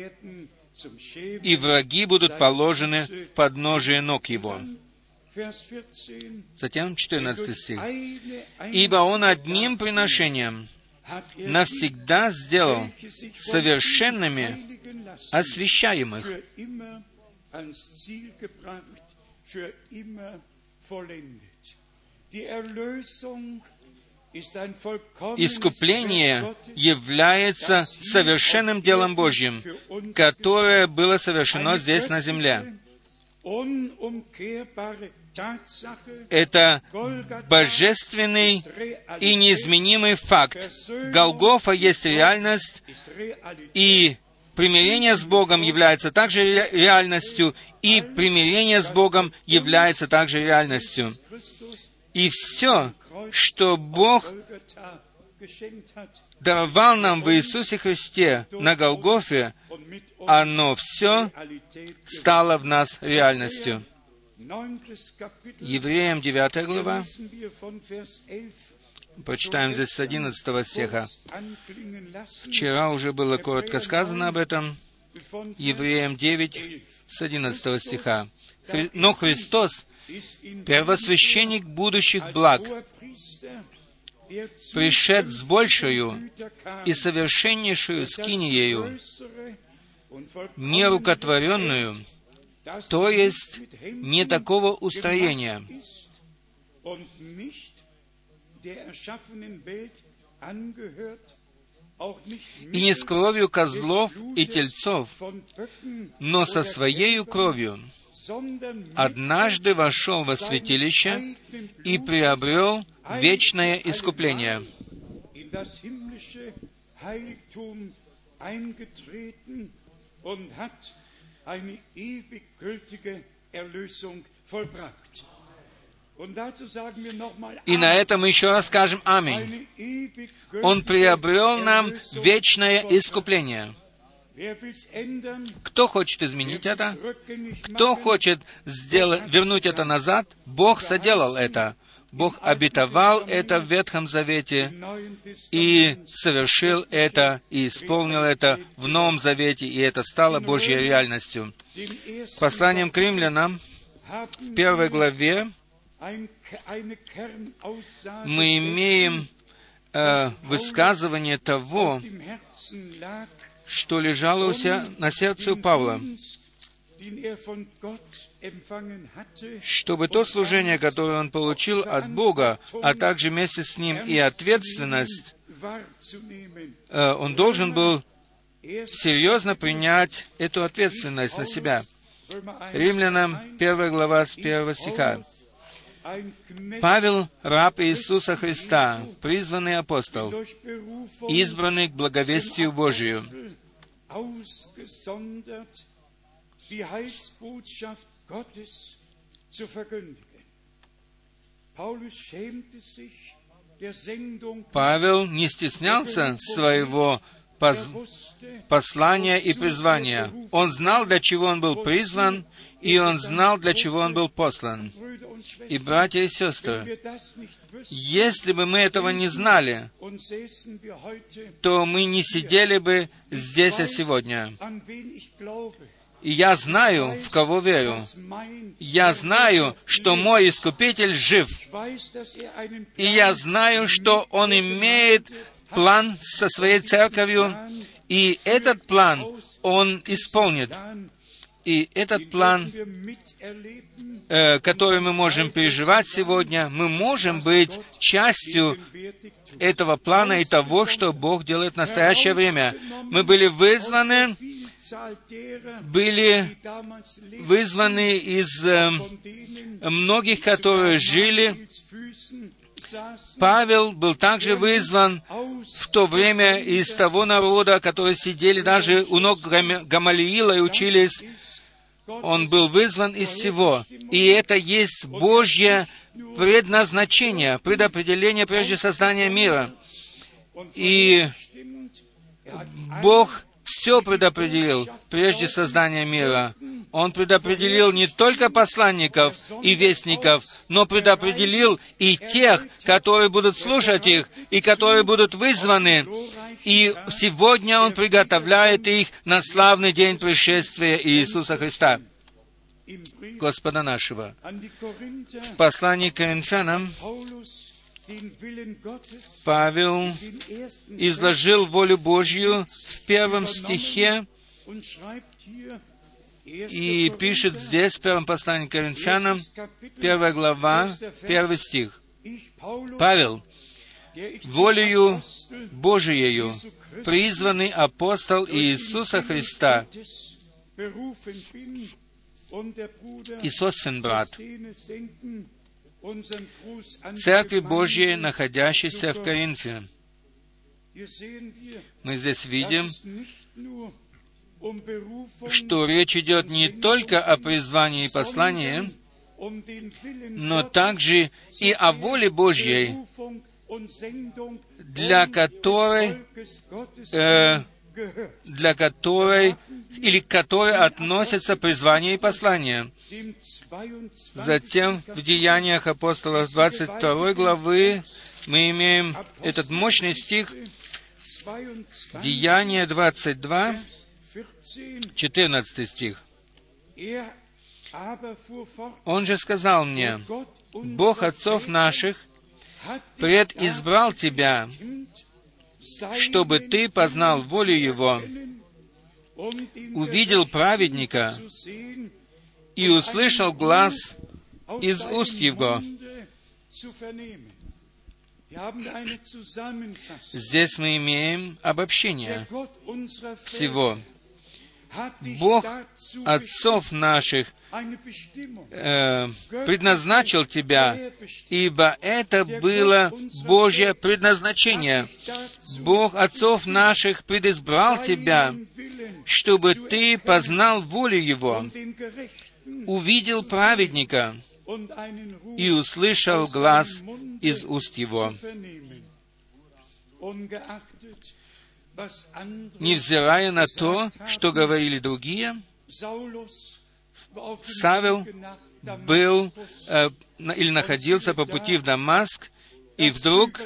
и враги будут положены в подножие ног его. Затем четырнадцатый стих. «Ибо он одним приношением навсегда сделал совершенными освящаемых». Искупление является совершенным делом Божьим, которое было совершено здесь на земле. Это божественный и неизменимый факт. Голгофа есть реальность, и примирение с Богом является также реальностью, и примирение с Богом является также реальностью. И все, что Бог даровал нам в Иисусе Христе на Голгофе, оно все стало в нас реальностью. Евреям девятая глава. Прочитаем здесь с одиннадцатого стиха. Вчера уже было коротко сказано об этом. Евреям девять, с одиннадцатого стиха. «Но Христос, первосвященник будущих благ, пришед с большую и совершеннейшую скиниею, нерукотворенную, то есть не такого устроения, и не с кровью козлов и тельцов, но со Своею кровью однажды вошел во святилище и приобрел вечное искупление». И на этом мы еще раз скажем «Аминь». Он приобрел нам вечное искупление. Кто хочет изменить это? Кто хочет сделать, вернуть это назад? Бог соделал это. Бог обетовал это в Ветхом Завете и совершил это, и исполнил это в Новом Завете, и это стало Божьей реальностью. Посланием к римлянам, в первой главе, мы имеем э, высказывание того, что лежало у себя на сердце у Павла, чтобы то служение, которое он получил от Бога, а также вместе с ним и ответственность, э, он должен был серьезно принять эту ответственность на себя. Римлянам, первая глава, с первого стиха. Павел, раб Иисуса Христа, призванный апостол, избранный к благовестию Божию, Павел не стеснялся своего поз... послания и призвания. Он знал, для чего он был призван, и он знал, для чего он был послан. И, братья и сестры, если бы мы этого не знали, то мы не сидели бы здесь сегодня. И я знаю, в кого верю. Я знаю, что мой Искупитель жив. И я знаю, что Он имеет план со своей церковью, и этот план Он исполнит. И этот план, э, который мы можем переживать сегодня, мы можем быть частью этого плана и того, что Бог делает в настоящее время. Мы были вызваны, были вызваны из э, многих, которые жили. Павел был также вызван в то время из того народа, которые сидели даже у ног Гамалиила и учились. Он был вызван из всего. И это есть Божье предназначение, предопределение прежде создания мира. И Бог все предопределил прежде создания мира. Он предопределил не только посланников и вестников, но предопределил и тех, которые будут слушать их, и которые будут вызваны. И сегодня Он приготовляет их на славный день пришествия Иисуса Христа, Господа нашего. В послании к Коринфянам Павел изложил волю Божью в первом стихе и пишет здесь, в первом послании к Коринфянам, первая глава, первый стих. Павел, волею Божиею, призванный апостол Иисуса Христа, и сосвен брат, Церкви Божьей, находящейся в Коринфе. Мы здесь видим, что речь идет не только о призвании и послании, но также и о воле Божьей, для которой, э, для которой или к которой относятся призвание и послание. Затем в Деяниях апостолов двадцать второй главы мы имеем этот мощный стих, Деяния двадцать два, четырнадцатый стих. «Он же сказал мне, Бог отцов наших предизбрал тебя, чтобы ты познал волю Его, увидел праведника и услышал глас из уст Его». Здесь мы имеем обобщение всего. Бог отцов наших э, предназначил тебя, ибо это было Божье предназначение. Бог отцов наших предизбрал тебя, чтобы ты познал волю Его, увидел праведника и услышал глас из уст Его. невзирая на то, что говорили другие, Савел был э, или находился по пути в Дамаск, и вдруг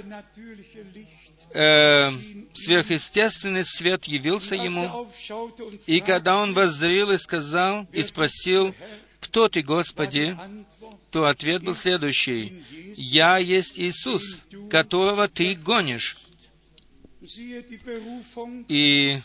э, сверхъестественный свет явился ему, и когда он воззрел и сказал, и спросил, «Кто ты, Господи?», то ответ был следующий: «Я есть Иисус, которого ты гонишь». И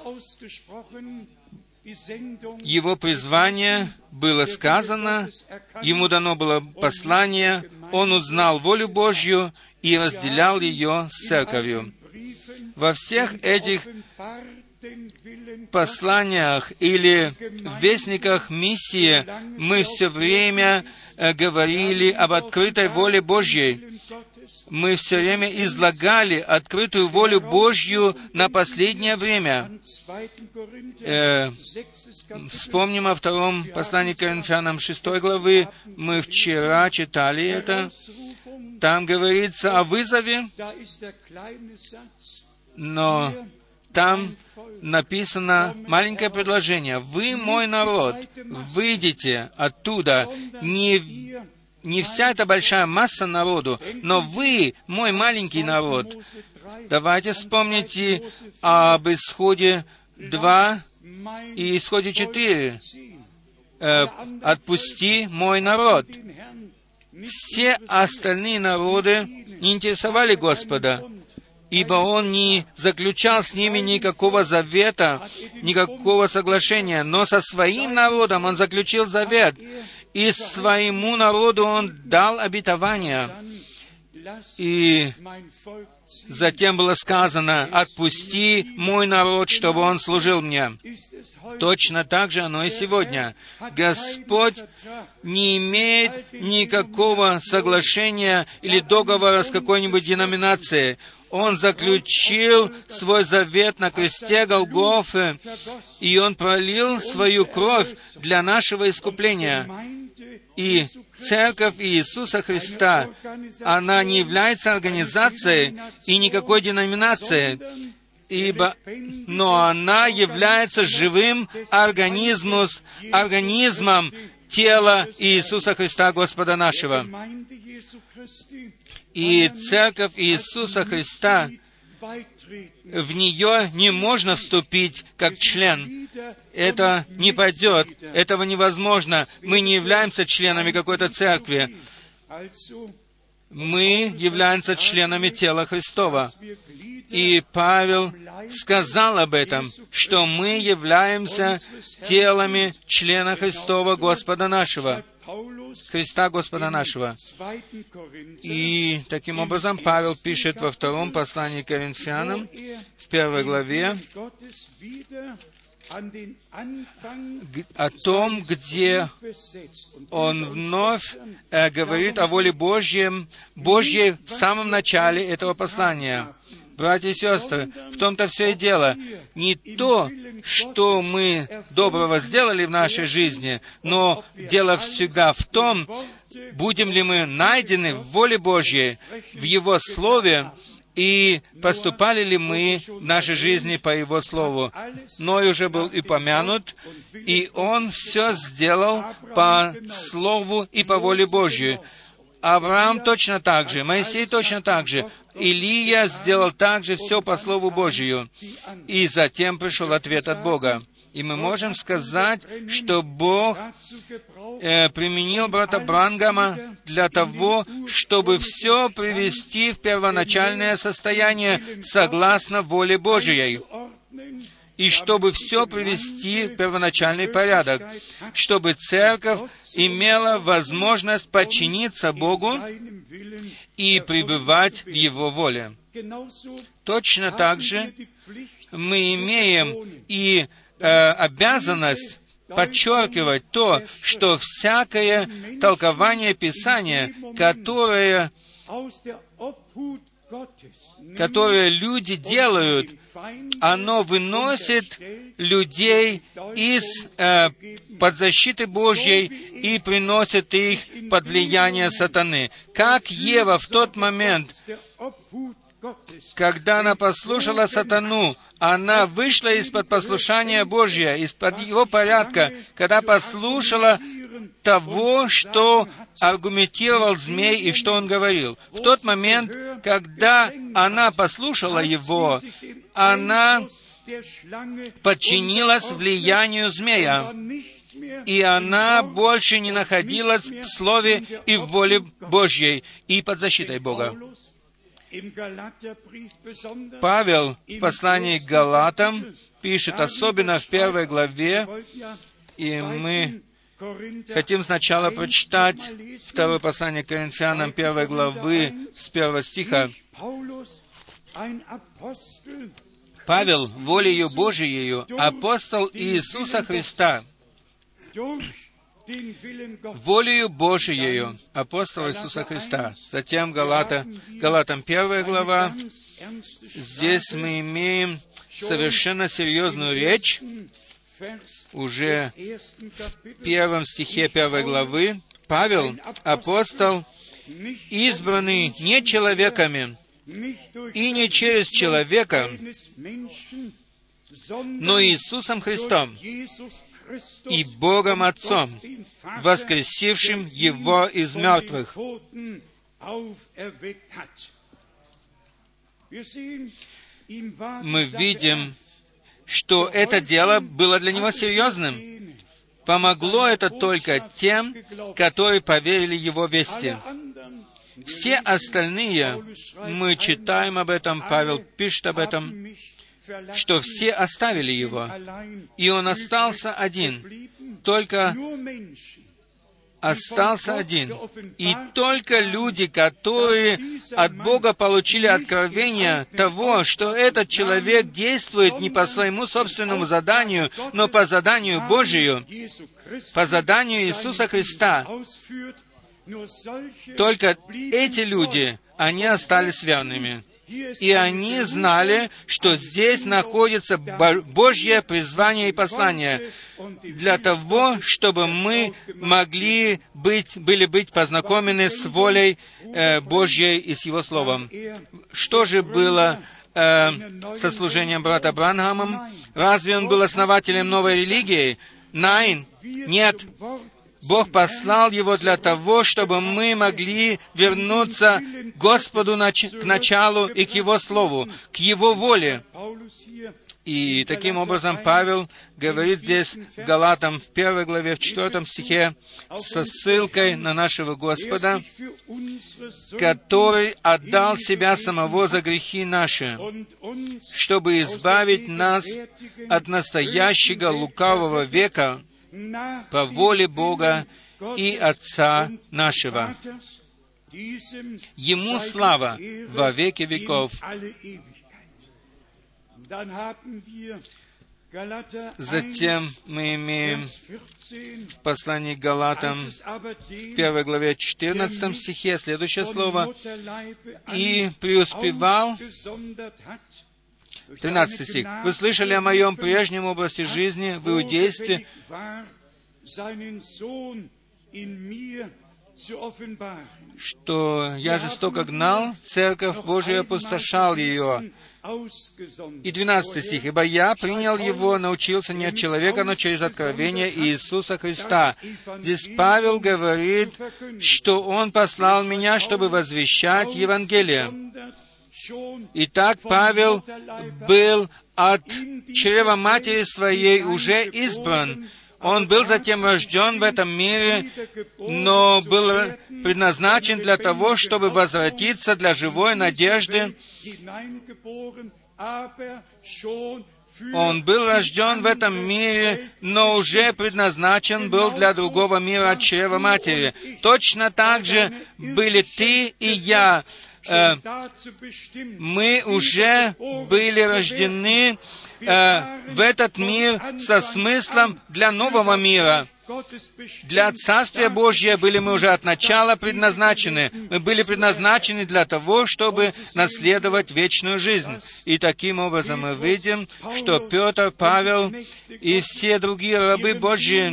его призвание было сказано, ему дано было послание, он узнал волю Божью и разделял ее с церковью. Во всех этих посланиях или вестниках миссии мы все время говорили об открытой воле Божьей. Мы все время излагали открытую волю Божью на последнее время. Э, вспомним о втором послании к Коринфянам шестой главы. Мы вчера читали это. Там говорится о вызове, но там написано маленькое предложение. «Вы, мой народ, выйдите оттуда, не, не вся эта большая масса народу, но вы, мой маленький народ». Давайте вспомните об Исходе два и Исходе четыре. Э, «Отпусти мой народ». Все остальные народы не интересовали Господа, ибо Он не заключал с ними никакого завета, никакого соглашения, но со своим народом Он заключил завет, и своему народу Он дал обетование. И затем было сказано: «Отпусти мой народ, чтобы он служил мне». Точно так же оно и сегодня. Господь не имеет никакого соглашения или договора с какой-нибудь деноминацией. Он заключил свой завет на кресте Голгофы, и Он пролил свою кровь для нашего искупления. И Церковь Иисуса Христа, она не является организацией и никакой деноминацией, ибо, но она является живым организмом, организмом тела Иисуса Христа, Господа нашего. И Церковь Иисуса Христа, в нее не можно вступить как член. Это не пойдет, этого невозможно. Мы не являемся членами какой-то церкви. Мы являемся членами тела Христова. И Павел сказал об этом, что мы являемся телами члена Христова Господа нашего, Христа Господа нашего. И таким образом Павел пишет во втором послании к Коринфянам, в первой главе, о том, где он вновь э, говорит о воле Божьей, Божьей в самом начале этого послания. Братья и сестры, в том-то все и дело. Не то, что мы доброго сделали в нашей жизни, но дело всегда в том, будем ли мы найдены в воле Божьей, в Его Слове, и поступали ли мы в нашей жизни по Его Слову. Ной уже был упомянут, и он все сделал по Слову и по воле Божьей. Авраам точно так же, Моисей точно так же, Илия сделал также все по Слову Божию. И затем пришел ответ от Бога. И мы можем сказать, что Бог э, применил брата Бранхама для того, чтобы все привести в первоначальное состояние согласно воле Божией, и чтобы все привести в первоначальный порядок, чтобы церковь имела возможность подчиниться Богу и пребывать в Его воле. Точно так же мы имеем и э, обязанность подчеркивать то, что всякое толкование Писания, которое, которое люди делают, оно выносит людей из э, под защиты Божьей и приносит их под влияние сатаны. Как Ева в тот момент, когда она послушала сатану, она вышла из-под послушания Божия, из-под его порядка, когда послушала того, что аргументировал змей и что он говорил. В тот момент, когда она послушала его, она подчинилась влиянию змея, и она больше не находилась в Слове и в воле Божьей и под защитой Бога. Павел в послании к Галатам пишет, особенно в первой главе, и мы хотим сначала прочитать второе послание к Коринфянам первой главы с первого стиха. Павел, волею Божиею, апостол Иисуса Христа, волею Божиею, апостол Иисуса Христа. Затем Галата, Галатам первая глава. Здесь мы имеем совершенно серьезную речь. Уже в первом стихе первой главы Павел, апостол, избранный не человеками и не через человека, но Иисусом Христом и Богом Отцом, воскресившим Его из мертвых. Мы видим, что это дело было для него серьезным. Помогло это только тем, которые поверили его вести. Все остальные, мы читаем об этом, Павел пишет об этом, что все оставили его, и он остался один. Только остался один. И только люди, которые от Бога получили откровение того, что этот человек действует не по своему собственному заданию, но по заданию Божию, по заданию Иисуса Христа, только эти люди, они остались верными. И они знали, что здесь находится Божье призвание и послание для того, чтобы мы могли быть, были быть познакомлены с волей э, Божьей и с Его Словом. Что же было э, со служением брата Бранхамом? Разве он был основателем новой религии? Nein, нет. Бог послал его для того, чтобы мы могли вернуться к Господу к началу и к Его Слову, к Его воле. И таким образом Павел говорит здесь в Галатам в первой главе, в четвертом стихе, со ссылкой на нашего Господа, который отдал Себя Самого за грехи наши, чтобы избавить нас от настоящего лукавого века, по воле Бога и Отца нашего. Ему слава во веки веков. Затем мы имеем в послании к Галатам, в первой главе, четырнадцатом стихе, следующее слово, «И преуспевал». тринадцатый стих. «Вы слышали о моем прежнем области жизни в иудействе, что я жестоко гнал церковь Божию и опустошал ее». И двенадцатый стих. «Ибо я принял его, научился не от человека, но через откровение Иисуса Христа». Здесь Павел говорит, что Он послал меня, чтобы возвещать Евангелие. Итак, Павел был от чрева матери своей уже избран. Он был затем рожден в этом мире, но был предназначен для того, чтобы возвратиться для живой надежды. Он был рожден в этом мире, но уже предназначен был для другого мира от чрева матери. Точно так же были ты и я. Мы уже были рождены в этот мир со смыслом для нового мира. Для Царствия Божьего были мы уже от начала предназначены. Мы были предназначены для того, чтобы наследовать вечную жизнь. И таким образом мы видим, что Петр, Павел и все другие рабы Божьи,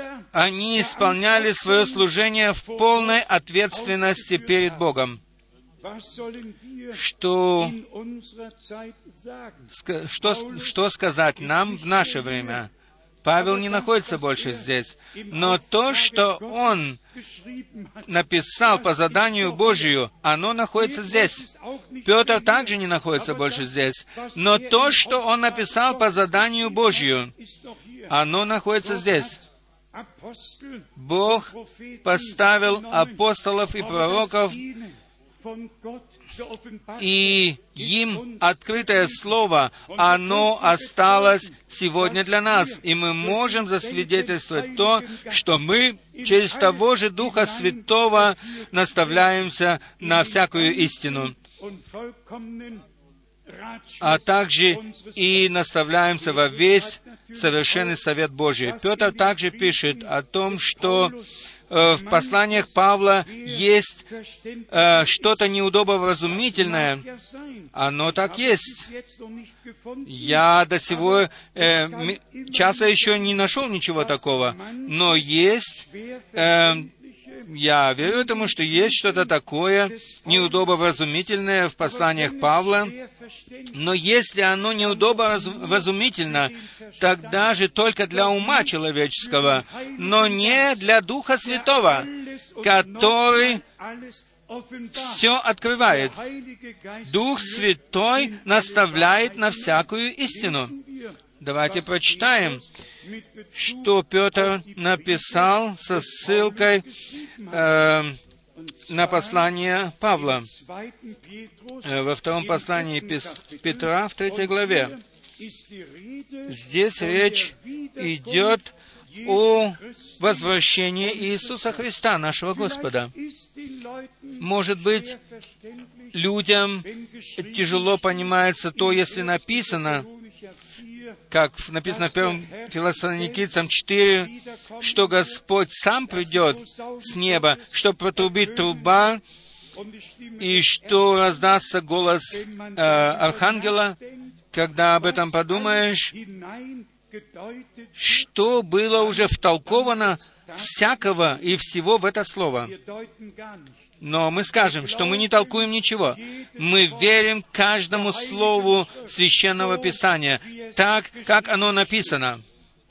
они исполняли свое служение в полной ответственности перед Богом. что, что, что сказать нам в наше время. Павел не находится больше здесь, но то, что он написал по заданию Божию, оно находится здесь. Петр также не находится больше здесь, но то, что он написал по заданию Божию, оно находится здесь. Бог поставил апостолов и пророков, и им открытое Слово, оно осталось сегодня для нас. И мы можем засвидетельствовать то, что мы через того же Духа Святого наставляемся на всякую истину, а также и наставляемся во весь совершенный совет Божий. Петр также пишет о том, что э, в посланиях Павла есть э, что-то неудобовразумительное. Оно так есть. Я до сего э, часа еще не нашел ничего такого, но есть... Э, Я верю этому, что есть что-то такое неудобовразумительное в посланиях Павла, но если оно неудобовразумительно, тогда же только для ума человеческого, но не для Духа Святого, который все открывает. Дух Святой наставляет на всякую истину. Давайте прочитаем, что Петр написал со ссылкой э, на послание Павла. Э, во втором послании Петра, в третьей главе. Здесь речь идет о возвращении Иисуса Христа, нашего Господа. Может быть, людям тяжело понимается то, если написано, как написано в первом Фессалоникийцам четыре, что Господь сам придет с неба, что протрубит труба, и что раздастся голос э, архангела. Когда об этом подумаешь, что было уже втолковано всякого и всего в это слово. Но мы скажем, что мы не толкуем ничего. Мы верим каждому слову Священного Писания, так, как оно написано.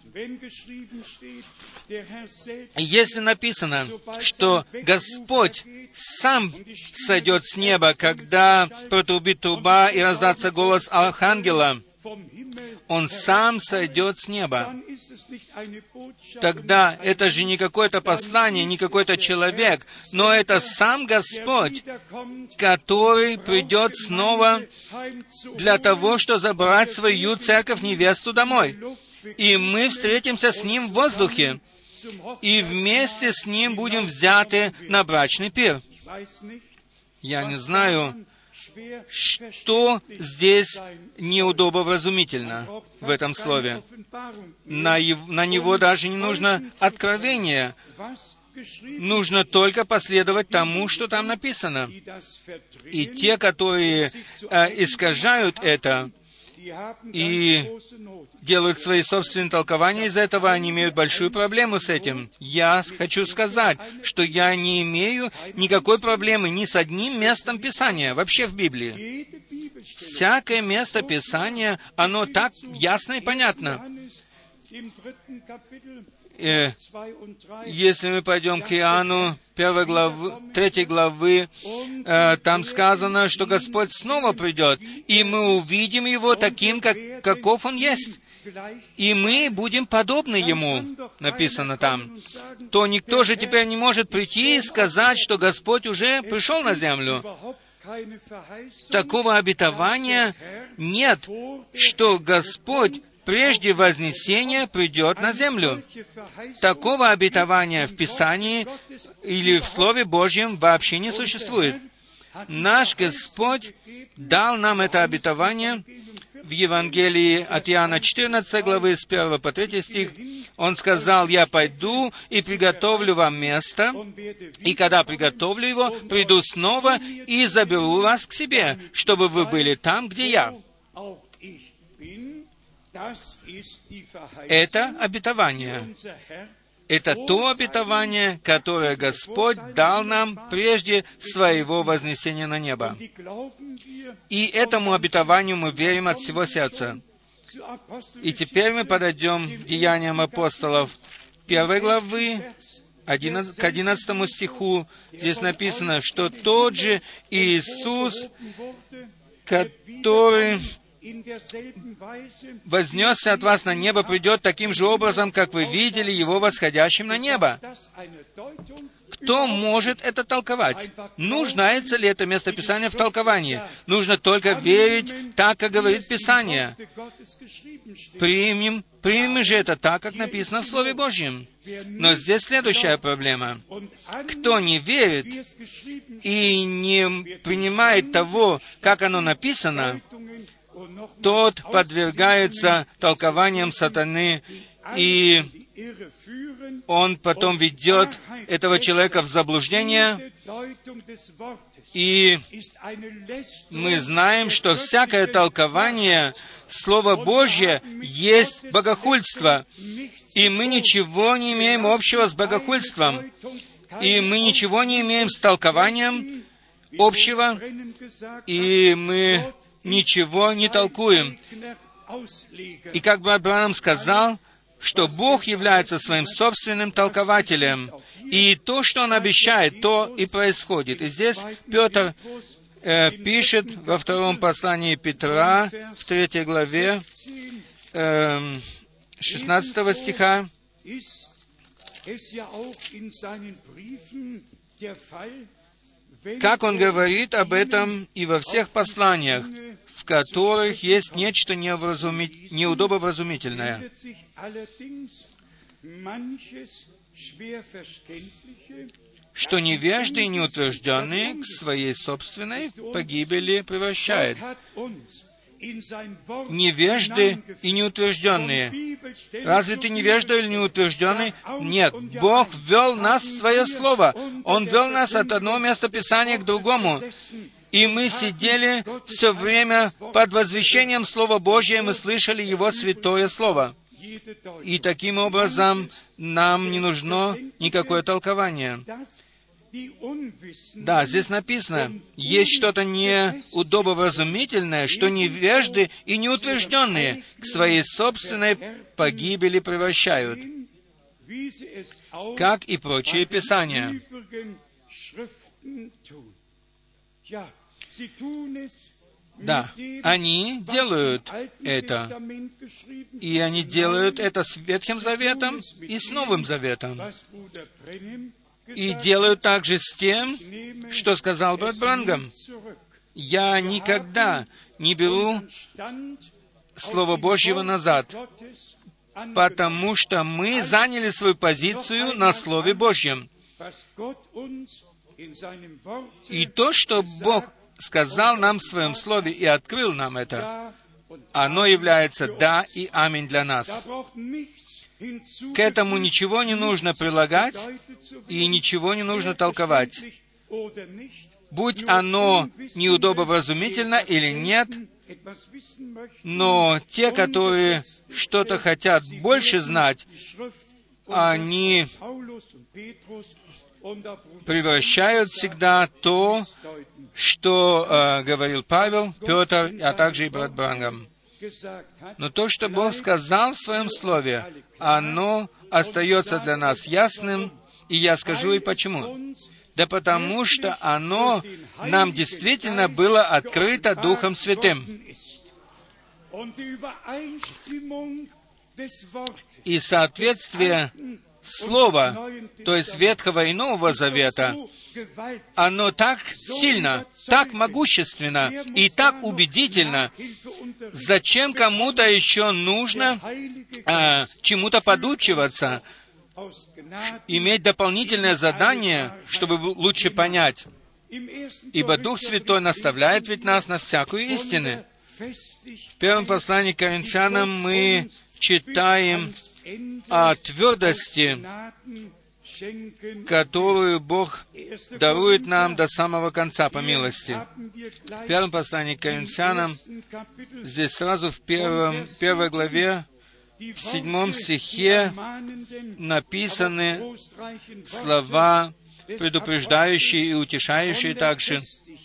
Если написано, что Господь сам сойдет с неба, когда протрубит труба и раздастся голос архангела, Он сам сойдет с неба, тогда это же не какое-то послание, не какой-то человек, но это сам Господь, который придет снова для того, чтобы забрать свою церковь, невесту, домой. И мы встретимся с Ним в воздухе, и вместе с Ним будем взяты на брачный пир. Я не знаю, что здесь неудобовразумительно в этом слове. На, на него даже не нужно откровение. Нужно только последовать тому, что там написано. И те, которые э, искажают это и делают свои собственные толкования из этого, они имеют большую проблему с этим. Я хочу сказать, что я не имею никакой проблемы ни с одним местом Писания, вообще в Библии. Всякое место Писания, оно так ясно и понятно. Э, если мы пойдем к Иоанну, первой главы, третьей главы, э, там сказано, что Господь снова придет, и мы увидим Его таким, как, каков Он есть. И мы будем подобны Ему, написано там. То никто же теперь не может прийти и сказать, что Господь уже пришел на землю. Такого обетования нет, что Господь прежде вознесения придет на землю. Такого обетования в Писании или в Слове Божьем вообще не существует. Наш Господь дал нам это обетование в Евангелии от Иоанна четырнадцатой главы, с первого по третий стих. Он сказал: «Я пойду и приготовлю вам место, и когда приготовлю его, приду снова и заберу вас к себе, чтобы вы были там, где я». Это обетование. это то обетование, которое Господь дал нам прежде своего вознесения на небо. И этому обетованию мы верим от всего сердца. И теперь мы подойдем к Деяниям апостолов первой главы, к одиннадцатому стиху. Здесь написано, что тот же Иисус, который вознесся от вас на небо, придет таким же образом, как вы видели Его восходящим на небо. Кто может это толковать? Нуждается ли это местописание в толковании? Нужно только верить так, как говорит Писание. Примем, примем же это так, как написано в Слове Божьем. Но здесь следующая проблема. Кто не верит и не принимает того, как оно написано, тот подвергается толкованиям сатаны, и он потом ведет этого человека в заблуждение, и мы знаем, что всякое толкование Слова Божье есть богохульство, и мы ничего не имеем общего с богохульством, и мы ничего не имеем с толкованием общего, и мы ничего не толкуем. И как бы Авраам сказал, что Бог является своим собственным толкователем, и то, что Он обещает, то и происходит. И здесь Петр э, пишет во втором послании Петра, в третьей главе, э, шестнадцатого стиха, как он говорит об этом и во всех посланиях, в которых есть нечто невразуми... неудобовразумительное. Что невежды и неутвержденные к своей собственной погибели превращает. Невежды и неутвержденные. Разве ты невежда или неутвержденный? Нет. Бог ввел нас в Свое Слово. Он ввел нас от одного места Писания к другому. И мы сидели все время под возвещением Слова Божьего, и мы слышали Его святое Слово. И таким образом нам не нужно никакое толкование. Да, здесь написано, есть что-то неудобовразумительное, что невежды и неутвержденные к своей собственной погибели превращают, как и прочие Писания. Да, они делают это, и они делают это с Ветхим Заветом и с Новым Заветом. И делают также с тем, что сказал брат Бранхам. Я никогда не беру Слово Божьего назад, потому что мы заняли свою позицию на Слове Божьем. И то, что Бог сказал нам в Своем Слове и открыл нам это, оно является «да» и «аминь» для нас. К этому ничего не нужно прилагать и ничего не нужно толковать. Будь оно неудобовразумительно или нет, но те, которые что-то хотят больше знать, они превращают всегда то, что э, говорил Павел, Петр, а также и брат Бранхам. Но то, что Бог сказал в Своем Слове, оно остается для нас ясным, и я скажу и почему. Да потому что оно нам действительно было открыто Духом Святым. И соответствие Слова, то есть Ветхого и Нового Завета, оно так сильно, так могущественно и так убедительно. Зачем кому-то еще нужно а, чему-то подучиваться, иметь дополнительное задание, чтобы лучше понять? Ибо Дух Святой наставляет ведь нас на всякую истину. В первом послании к Коринфянам мы читаем о твердости, которую Бог дарует нам до самого конца по милости. В первом послании к Коринфянам, здесь сразу в первом, первой главе, в седьмом стихе написаны слова, предупреждающие и утешающие также.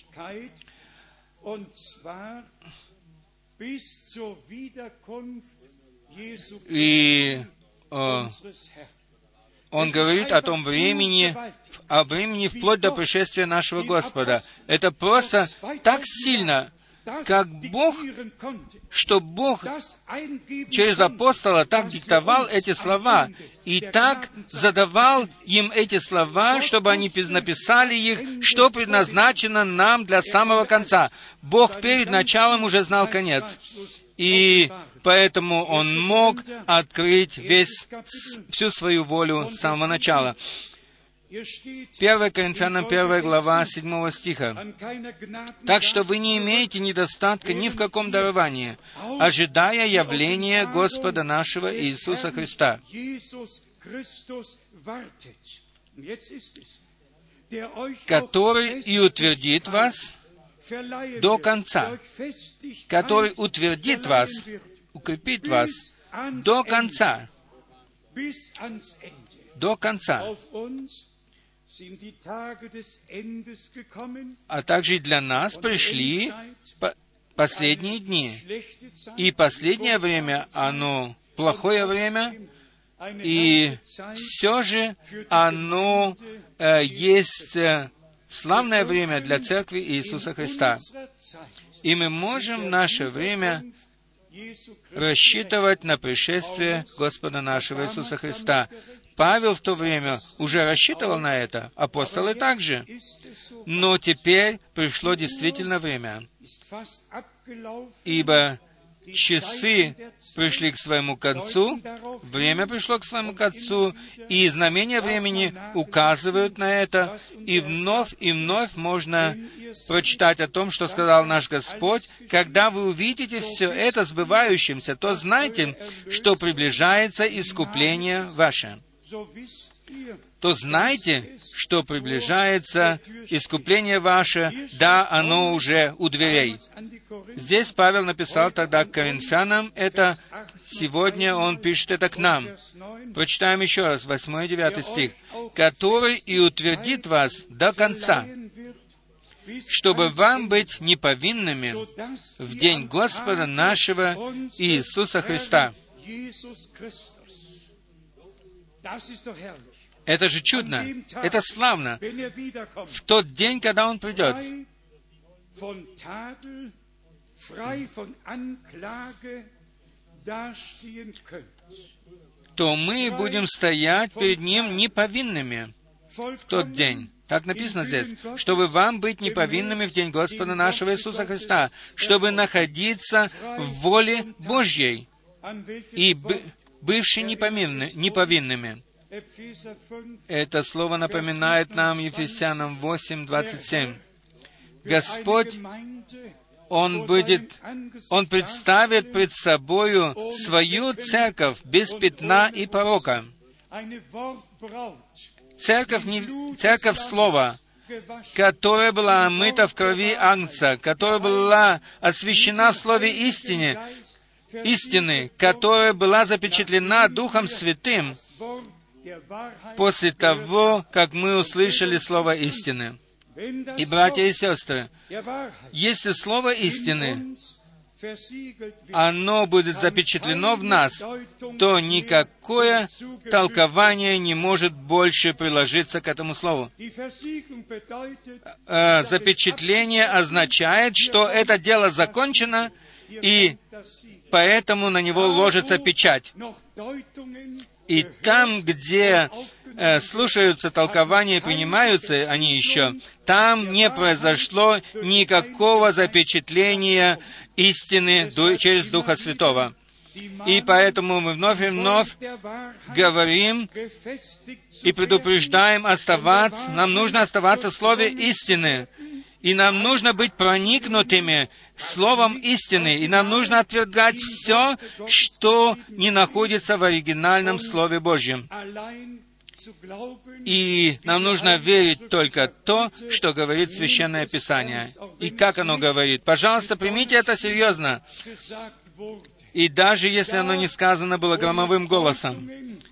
И э, он говорит о том времени, о времени вплоть до пришествия нашего Господа. Это просто так сильно, как Бог, что Бог через апостола так диктовал эти слова и так задавал им эти слова, чтобы они написали их, что предназначено нам для самого конца. Бог перед началом уже знал конец. И поэтому Он мог открыть весь, всю свою волю с самого начала. первое Коринфянам первая глава седьмого стиха. «Так что вы не имеете недостатка ни в каком даровании, ожидая явления Господа нашего Иисуса Христа, который и утвердит вас до конца, который утвердит вас, укрепит вас до конца, до конца». А также и для нас пришли последние дни. И последнее время, оно плохое время, и все же оно э, есть э, славное время для Церкви Иисуса Христа. И мы можем в наше время рассчитывать на пришествие Господа нашего Иисуса Христа. Павел в то время уже рассчитывал на это, апостолы также. Но теперь пришло действительно время, ибо часы пришли к своему концу, время пришло к своему концу, и знамения времени указывают на это, и вновь и вновь можно прочитать о том, что сказал наш Господь: «Когда вы увидите все это сбывающимся, то знайте, что приближается искупление ваше». То знайте, что приближается искупление ваше, да, оно уже у дверей. Здесь Павел написал тогда к Коринфянам это, сегодня он пишет это к нам. Прочитаем еще раз, восьмой и девятый стих. «Который и утвердит вас до конца, чтобы вам быть неповинными в день Господа нашего Иисуса Христа». Это же чудно, это славно. В тот день, когда Он придет, то мы будем стоять перед Ним неповинными в тот день. Так написано здесь, чтобы вам быть неповинными в день Господа нашего Иисуса Христа, чтобы находиться в воле Божьей и б- бывши неповинны, неповинными. Это слово напоминает нам Ефесянам восемь, двадцать семь. Господь, Он будет, Он представит пред собою свою церковь без пятна и порока. Церковь, не, церковь слова, которая была омыта в крови Агнца, которая была освящена в слове истины, истины, которая была запечатлена Духом Святым после того, как мы услышали Слово истины. И, братья и сестры, если Слово истины, оно будет запечатлено в нас, то никакое толкование не может больше приложиться к этому Слову. Запечатление означает, что это дело закончено, и поэтому на него ложится печать. И там, где э, слушаются толкования и принимаются они еще, там не произошло никакого запечатления истины через Духа Святого. И поэтому мы вновь и вновь говорим и предупреждаем оставаться, нам нужно оставаться в Слове истины. И нам нужно быть проникнутыми Словом истины. И нам нужно отвергать все, что не находится в оригинальном Слове Божьем. И нам нужно верить только то, что говорит Священное Писание. И как оно говорит. Пожалуйста, примите это серьезно. и даже если оно не сказано было громовым голосом.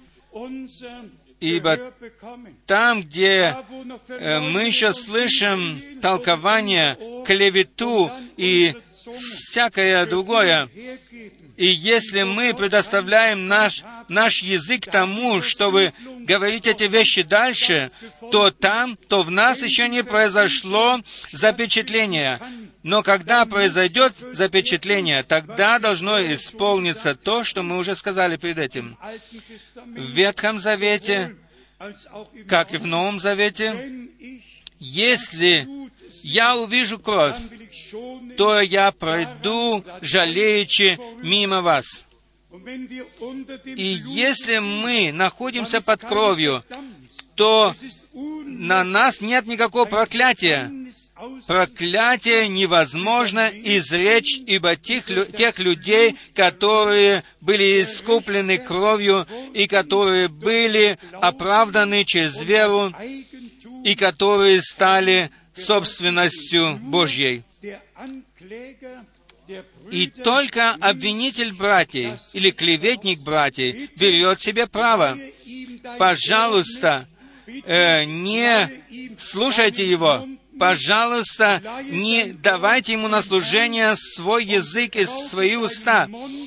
Ибо там, где э, мы еще слышим толкование, клевету и всякое другое, и если мы предоставляем наш, наш язык тому, чтобы говорить эти вещи дальше, то там, то в нас еще не произошло запечатление. Но когда произойдет запечатление, тогда должно исполниться то, что мы уже сказали перед этим. В Ветхом Завете, как и в Новом Завете, если я увижу кровь, то я пройду, жалеючи, мимо вас. И если мы находимся под кровью, то на нас нет никакого проклятия. Проклятие невозможно изречь, ибо тех, тех людей, которые были искуплены кровью и которые были оправданы через веру и которые стали собственностью Божьей. И только обвинитель братьев или клеветник братьев берет себе право. Пожалуйста, э, не слушайте его. Пожалуйста, не давайте ему на служение свой язык и свои уста.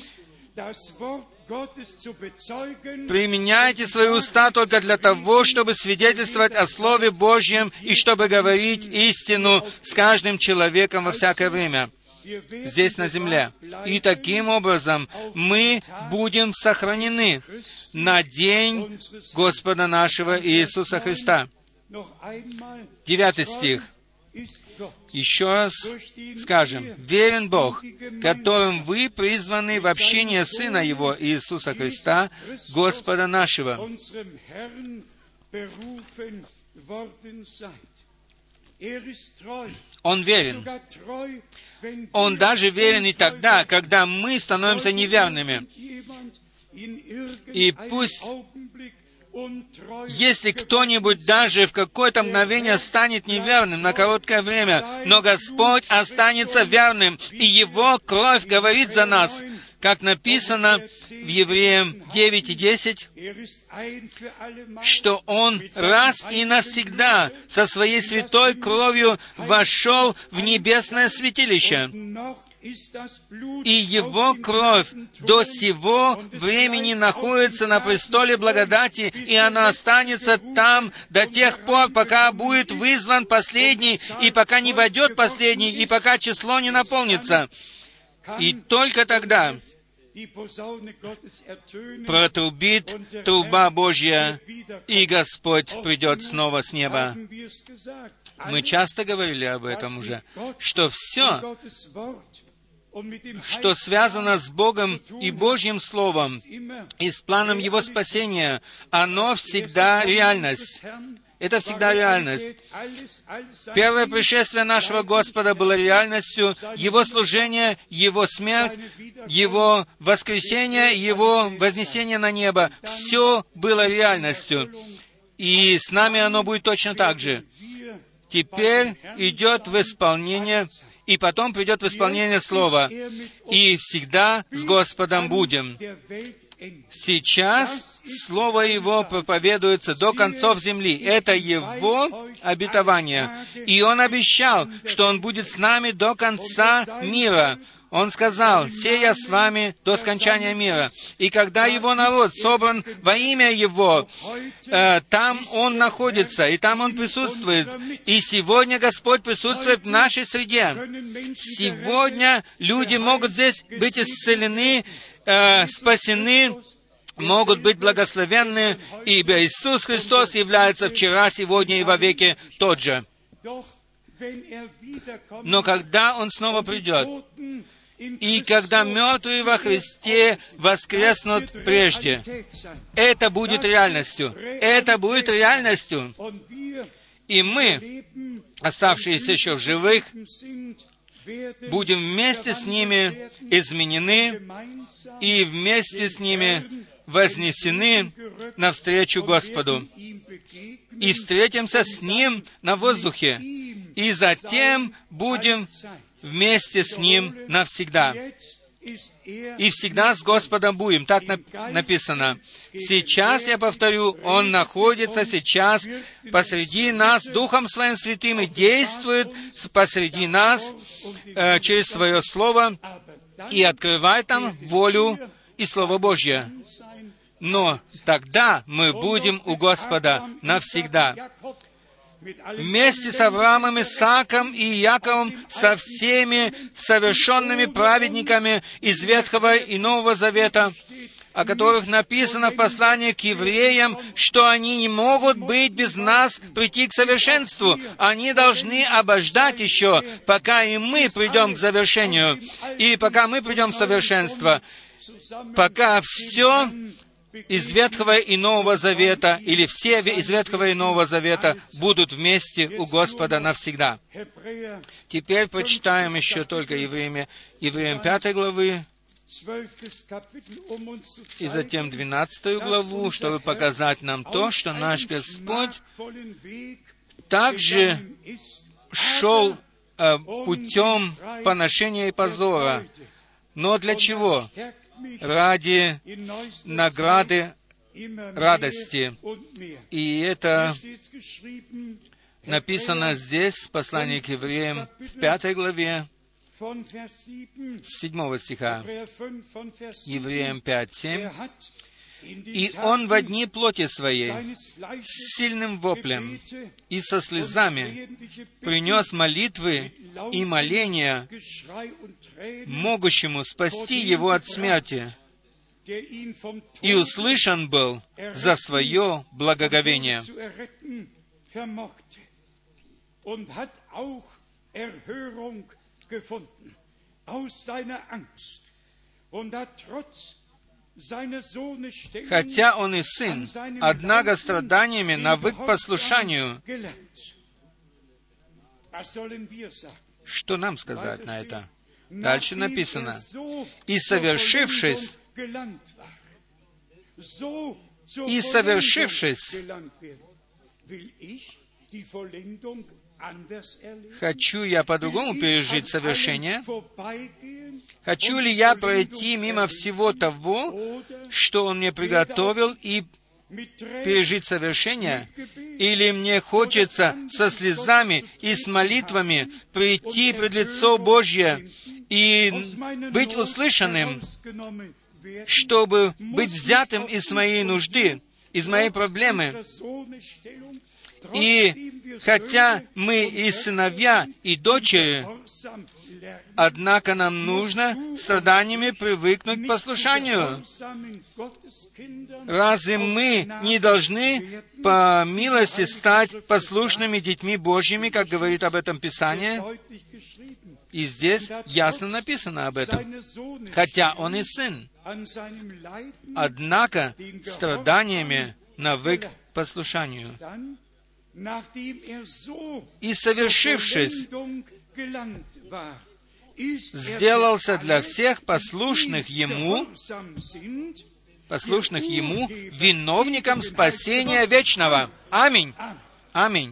Применяйте свои уста только для того, чтобы свидетельствовать о Слове Божьем и чтобы говорить истину с каждым человеком во всякое время здесь на земле. И таким образом мы будем сохранены на день Господа нашего Иисуса Христа. Девятый стих. Еще раз скажем, «Верен Бог, которым вы призваны в общение Сына Его, Иисуса Христа, Господа нашего». Он верен. Он даже верен и тогда, когда мы становимся неверными. И пусть, если кто-нибудь даже в какое-то мгновение станет неверным на короткое время, но Господь останется верным, и Его кровь говорит за нас, как написано в Евреям девять и десять, что Он раз и навсегда со Своей святой кровью вошел в небесное святилище. И Его кровь до сего времени находится на престоле благодати, и она останется там до тех пор, пока будет вызван последний, и пока не войдет последний, и пока число не наполнится. И только тогда протрубит труба Божья, и Господь придет снова с неба. Мы часто говорили об этом уже, что все, что связано с Богом и Божьим Словом, и с планом Его спасения, оно всегда реальность. Это всегда реальность. Первое пришествие нашего Господа было реальностью, Его служение, Его смерть, Его воскресение, Его вознесение на небо. Все было реальностью. И с нами оно будет точно так же. Теперь идет в исполнение, и потом придет в исполнение Слова. И всегда с Господом будем. Сейчас Слово Его проповедуется до концов земли. Это Его обетование. И Он обещал, что Он будет с нами до конца мира. Он сказал, «Се я с вами до скончания мира». И когда Его народ собран во имя Его, э, там Он находится, и там Он присутствует. И сегодня Господь присутствует в нашей среде. Сегодня люди могут здесь быть исцелены, э, спасены, могут быть благословенны, ибо Иисус Христос является вчера, сегодня и вовеки тот же. Но когда Он снова придет, и когда мертвые во Христе воскреснут прежде, это будет реальностью. Это будет реальностью. И мы, оставшиеся еще в живых, будем вместе с ними изменены и вместе с ними вознесены навстречу Господу. И встретимся с Ним на воздухе. И затем будем вместе с Ним навсегда. и всегда с Господом будем. Так написано. Сейчас, я повторю, Он находится сейчас посреди нас Духом Своим Святым и действует посреди нас э, через Свое Слово и открывает нам волю и Слово Божье. Но тогда мы будем у Господа навсегда. Вместе с Авраамом, Исааком и Яковом, со всеми совершенными праведниками из Ветхого и Нового Завета, о которых написано в послании к евреям, что они не могут быть без нас, прийти к совершенству. Они должны обождать еще, пока и мы придем к завершению. И пока мы придем в совершенство, пока все из Ветхого и Нового Завета, или все из Ветхого и Нового Завета будут вместе у Господа навсегда. Теперь прочитаем еще только Евреям, Евреям пятой главы, и затем двенадцатую главу, чтобы показать нам то, что наш Господь также шел э, путем поношения и позора. Но для чего? Ради награды радости. И это написано здесь, в послании к евреям, в пятой главе, с седьмого стиха, Евреям пять, семь. «И Он во дни плоти Своей, с сильным воплем и со слезами принес молитвы и моления, могущему спасти Его от смерти, и услышан был за свое благоговение». Хотя он и сын, однако страданиями навык послушанию. Что нам сказать на это? Дальше написано: «И совершившись, и совершившись, хочу я по-другому пережить совершение? Хочу ли я пройти мимо всего того, что Он мне приготовил, и пережить совершение? Или мне хочется со слезами и с молитвами прийти пред лицо Божье и быть услышанным, чтобы быть взятым из моей нужды, из моей проблемы? И хотя мы и сыновья, и дочери, однако нам нужно страданиями привыкнуть к послушанию. Разве мы не должны по милости стать послушными детьми Божьими, как говорит об этом Писание? И здесь ясно написано об этом. Хотя Он и сын, однако страданиями навык к послушанию. И совершившись, сделался для всех послушных Ему, послушных Ему, виновником спасения вечного. Аминь. Аминь.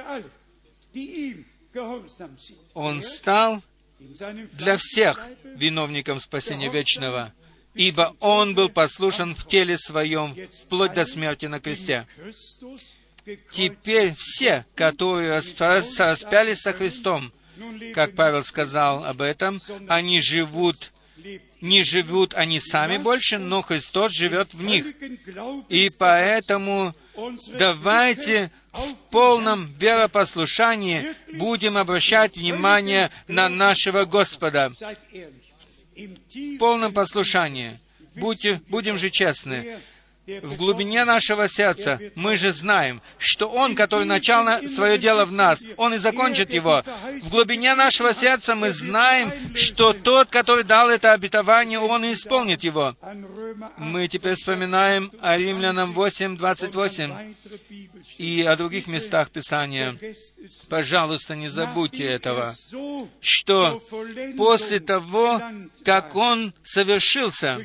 Он стал для всех виновником спасения вечного, ибо Он был послушен в теле Своем, вплоть до смерти на кресте. Теперь все, которые распялись со Христом, как Павел сказал об этом, они живут, не живут они сами больше, но Христос живет в них. И поэтому давайте в полном веропослушании будем обращать внимание на нашего Господа. В полном послушании. Будьте, будем же честны. В глубине нашего сердца мы же знаем, что Он, который начал на свое дело в нас, Он и закончит его. В глубине нашего сердца мы знаем, что Тот, который дал это обетование, Он и исполнит его. Мы теперь вспоминаем о Римлянам восемь, двадцать восемь и о других местах Писания. Пожалуйста, не забудьте этого, что после того, как Он совершился,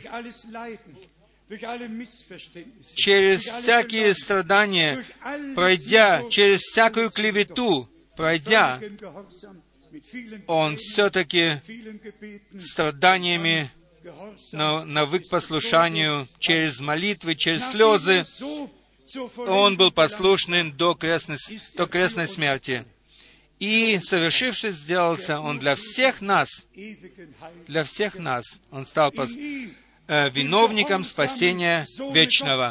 через всякие страдания, пройдя, через всякую клевету, пройдя, Он все-таки страданиями но навык к послушанию через молитвы, через слезы. Он был послушным до крестной, до крестной смерти. И, совершившись, сделался Он для всех нас, для всех нас. Он стал пос, э, виновником спасения вечного.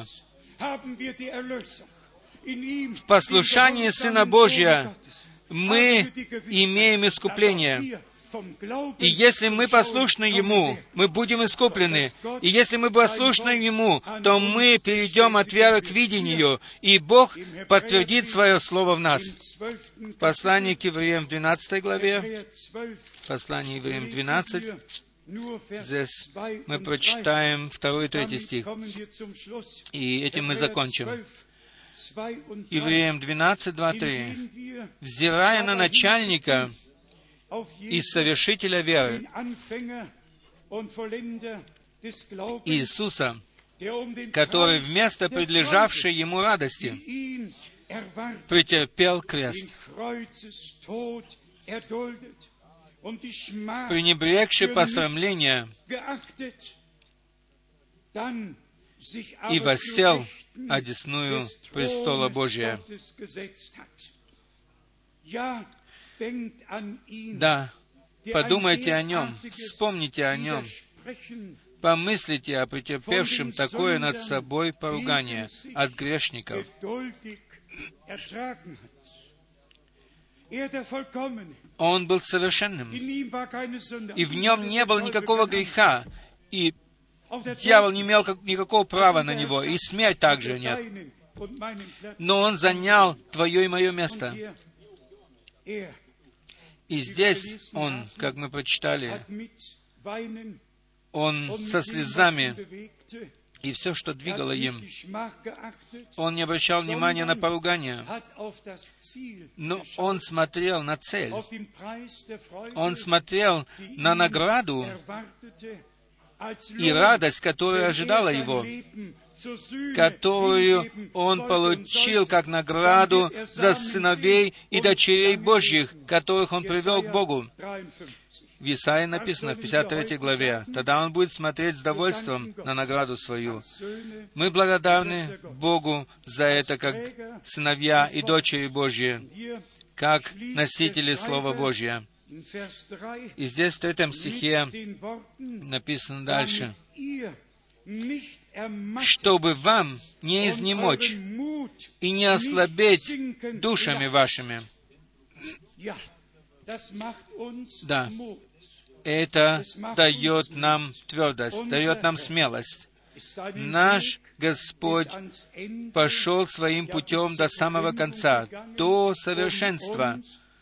В послушании Сына Божия мы имеем искупление. И если мы послушны Ему, мы будем искуплены. И если мы послушны Ему, то мы перейдем от веры к видению, и Бог подтвердит Свое Слово в нас. В послании к Евреям в двенадцатой главе, послание Евреям двенадцать, здесь мы прочитаем второй и третий стих. И этим мы закончим. Евреям двенадцать, два, три. «Взирая на начальника и совершителя веры, Иисуса, который вместо предлежавшей Ему радости претерпел крест, пренебрегший посрамление, и воссел одесную престола Божия». Да, подумайте о Нем, вспомните о Нем, помыслите о претерпевшем такое над собой поругание от грешников. Он был совершенным, и в Нем не было никакого греха, и дьявол не имел никакого права на Него, и смерть также нет. Но Он занял твое и мое место. И здесь Он, как мы прочитали, Он со слезами, и все, что двигало им, Он не обращал внимания на поругание, но Он смотрел на цель. Он смотрел на награду и радость, которая ожидала Его, которую Он получил как награду за сыновей и дочерей Божьих, которых Он привел к Богу. В Исаии написано в пятьдесят третьей главе, «Тогда Он будет смотреть с довольством на награду свою». Мы благодарны Богу за это, как сыновья и дочери Божьи, как носители Слова Божьего. И здесь в третьем стихе написано дальше, «Чтобы вам не изнемочь и не ослабеть душами вашими». Да, это дает нам твердость, дает нам смелость. Наш Господь пошел своим путем до самого конца, до совершенства,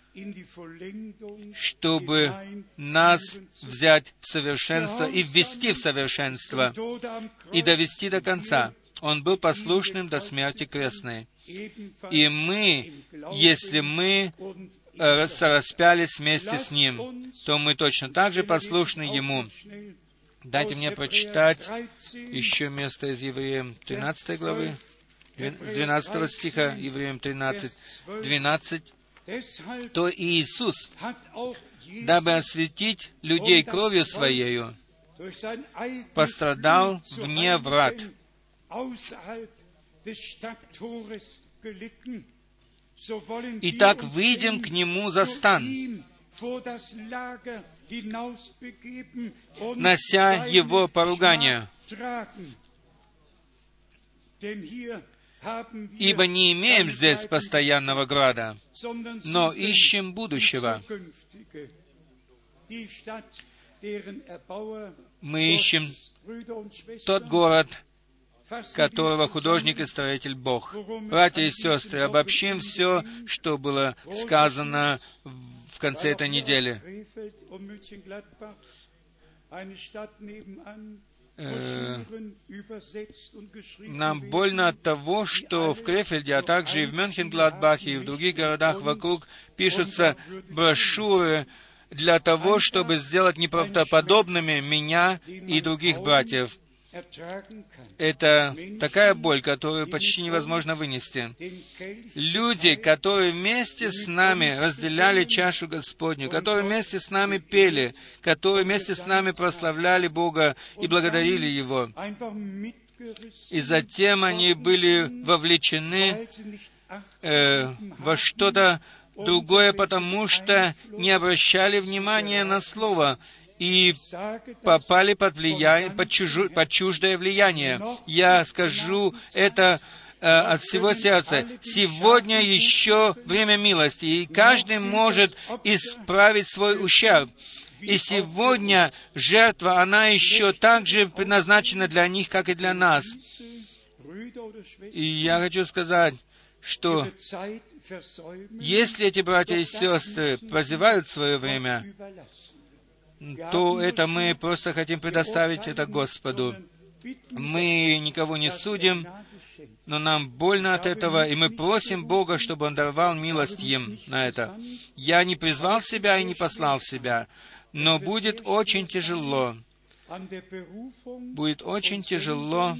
чтобы нас взять в совершенство и ввести в совершенство, и довести до конца. Он был послушным до смерти крестной. И мы, если мы распялись вместе с Ним, то мы точно так же послушны Ему. Дайте мне прочитать еще место из Евреям тринадцатой главы, с двенадцатого стиха, Евреям тринадцать, двенадцать. «То и Иисус, дабы осветить людей кровью Своею, пострадал вне врат, Итак, выйдем к Нему за стан, нося Его поругание. Ибо не имеем здесь постоянного града, но ищем будущего. Мы ищем тот город, которого художник и строитель Бог. Братья и сестры, обобщим все, что было сказано в конце этой недели. Э, нам больно от того, что в Крефельде, а также и в Мюнхен-Гладбахе, и в других городах вокруг пишутся брошюры для того, чтобы сделать неправдоподобными меня и других братьев. Это такая боль, которую почти невозможно вынести. Люди, которые вместе с нами разделяли чашу Господню, которые вместе с нами пели, которые вместе с нами прославляли Бога и благодарили Его. И затем они были вовлечены э, во что-то другое, потому что не обращали внимания на Слово и попали под, влияние, под, чужу, под чуждое влияние. Я скажу это э, от всего сердца. Сегодня еще время милости, и каждый может исправить свой ущерб. И сегодня жертва, она еще так же предназначена для них, как и для нас. И я хочу сказать, что если эти братья и сестры прозевают свое время, то это мы просто хотим предоставить это Господу. Мы никого не судим, но нам больно от этого, и мы просим Бога, чтобы Он даровал милость им на это. Я не призвал себя и не послал себя, но будет очень тяжело. Будет очень тяжело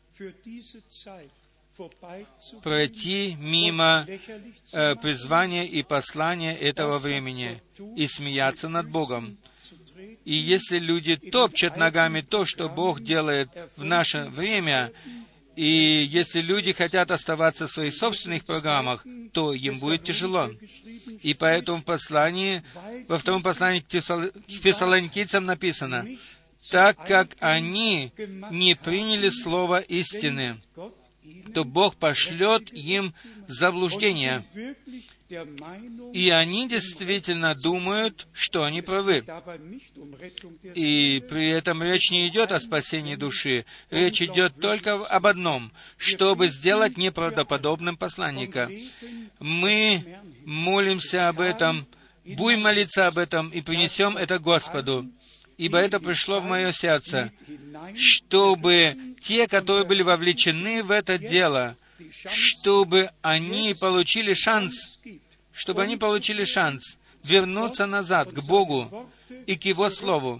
пройти мимо э, призвания и послания этого времени и смеяться над Богом. И если люди топчут ногами то, что Бог делает в наше время, и если люди хотят оставаться в своих собственных программах, то им будет тяжело. И поэтому в послании, во втором послании к Фессалоникийцам написано, «Так как они не приняли слово истины, то Бог пошлет им заблуждение». И они действительно думают, что они правы. И при этом речь не идет о спасении души. Речь идет только об одном, чтобы сделать неправдоподобным посланника. Мы молимся об этом, будем молиться об этом и принесем это Господу. Ибо это пришло в мое сердце, чтобы те, которые были вовлечены в это дело, чтобы они получили шанс, чтобы они получили шанс вернуться назад к Богу и к Его Слову.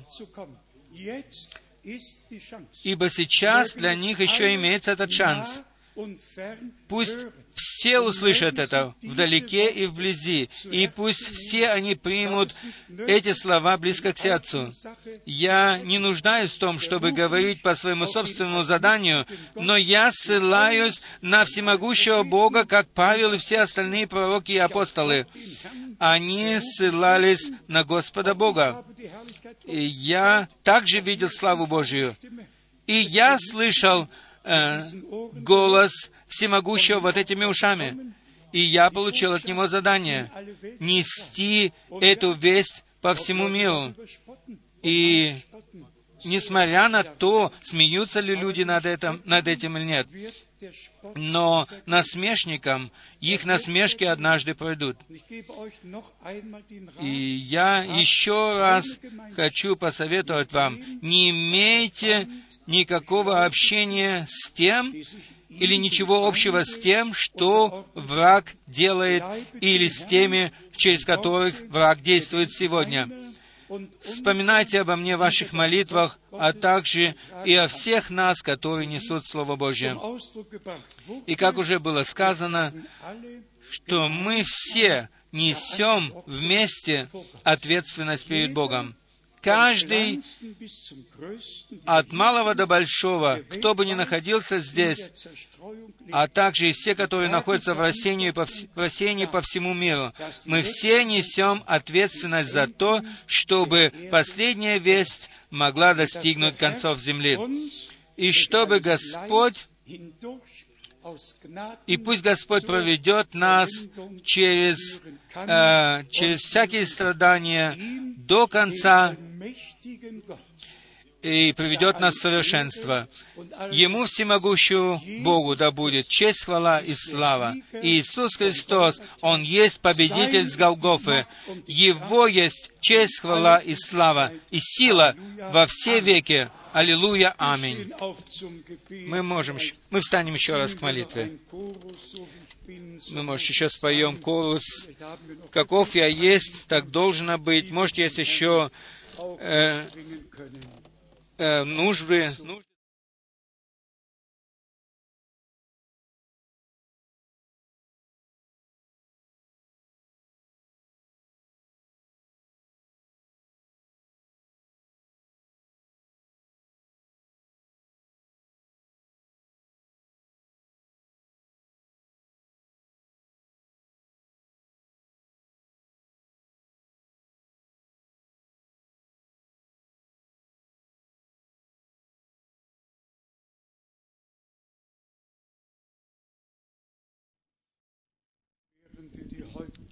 Ибо сейчас для них еще имеется этот шанс. Пусть все услышат это вдалеке и вблизи, и пусть все они примут эти слова близко к сердцу. Я не нуждаюсь в том, чтобы говорить по своему собственному заданию, но я ссылаюсь на всемогущего Бога, как Павел и все остальные пророки и апостолы. Они ссылались на Господа Бога. И я также видел славу Божию. И я слышал э, голос всемогущего вот этими ушами. И я получил от Него задание нести эту весть по всему миру. И несмотря на то, смеются ли люди над этим, над этим или нет, но насмешникам их насмешки однажды пройдут. И я еще раз хочу посоветовать вам, не имейте никакого общения с тем, или ничего общего с тем, что враг делает, или с теми, через которых враг действует сегодня. Вспоминайте обо мне в ваших молитвах, а также и о всех нас, которые несут Слово Божье. И как уже было сказано, что мы все несем вместе ответственность перед Богом. Каждый, от малого до большого, кто бы ни находился здесь, а также и все, которые находятся в рассеянии по, вс- в рассеянии по всему миру, мы все несем ответственность за то, чтобы последняя весть могла достигнуть концов земли. И чтобы Господь, и пусть Господь проведет нас через, э, через всякие страдания до конца, и приведет нас в совершенство. Ему, всемогущему Богу, да будет честь, хвала и слава. Иисус Христос, Он есть победитель с Голгофы. Его есть честь, хвала и слава, и сила во все веки. Аллилуйя, аминь. Мы можем, мы встанем еще раз к молитве. Мы, может, еще споем корус. Каков я есть, так должно быть. Может, есть еще э, э, нужды.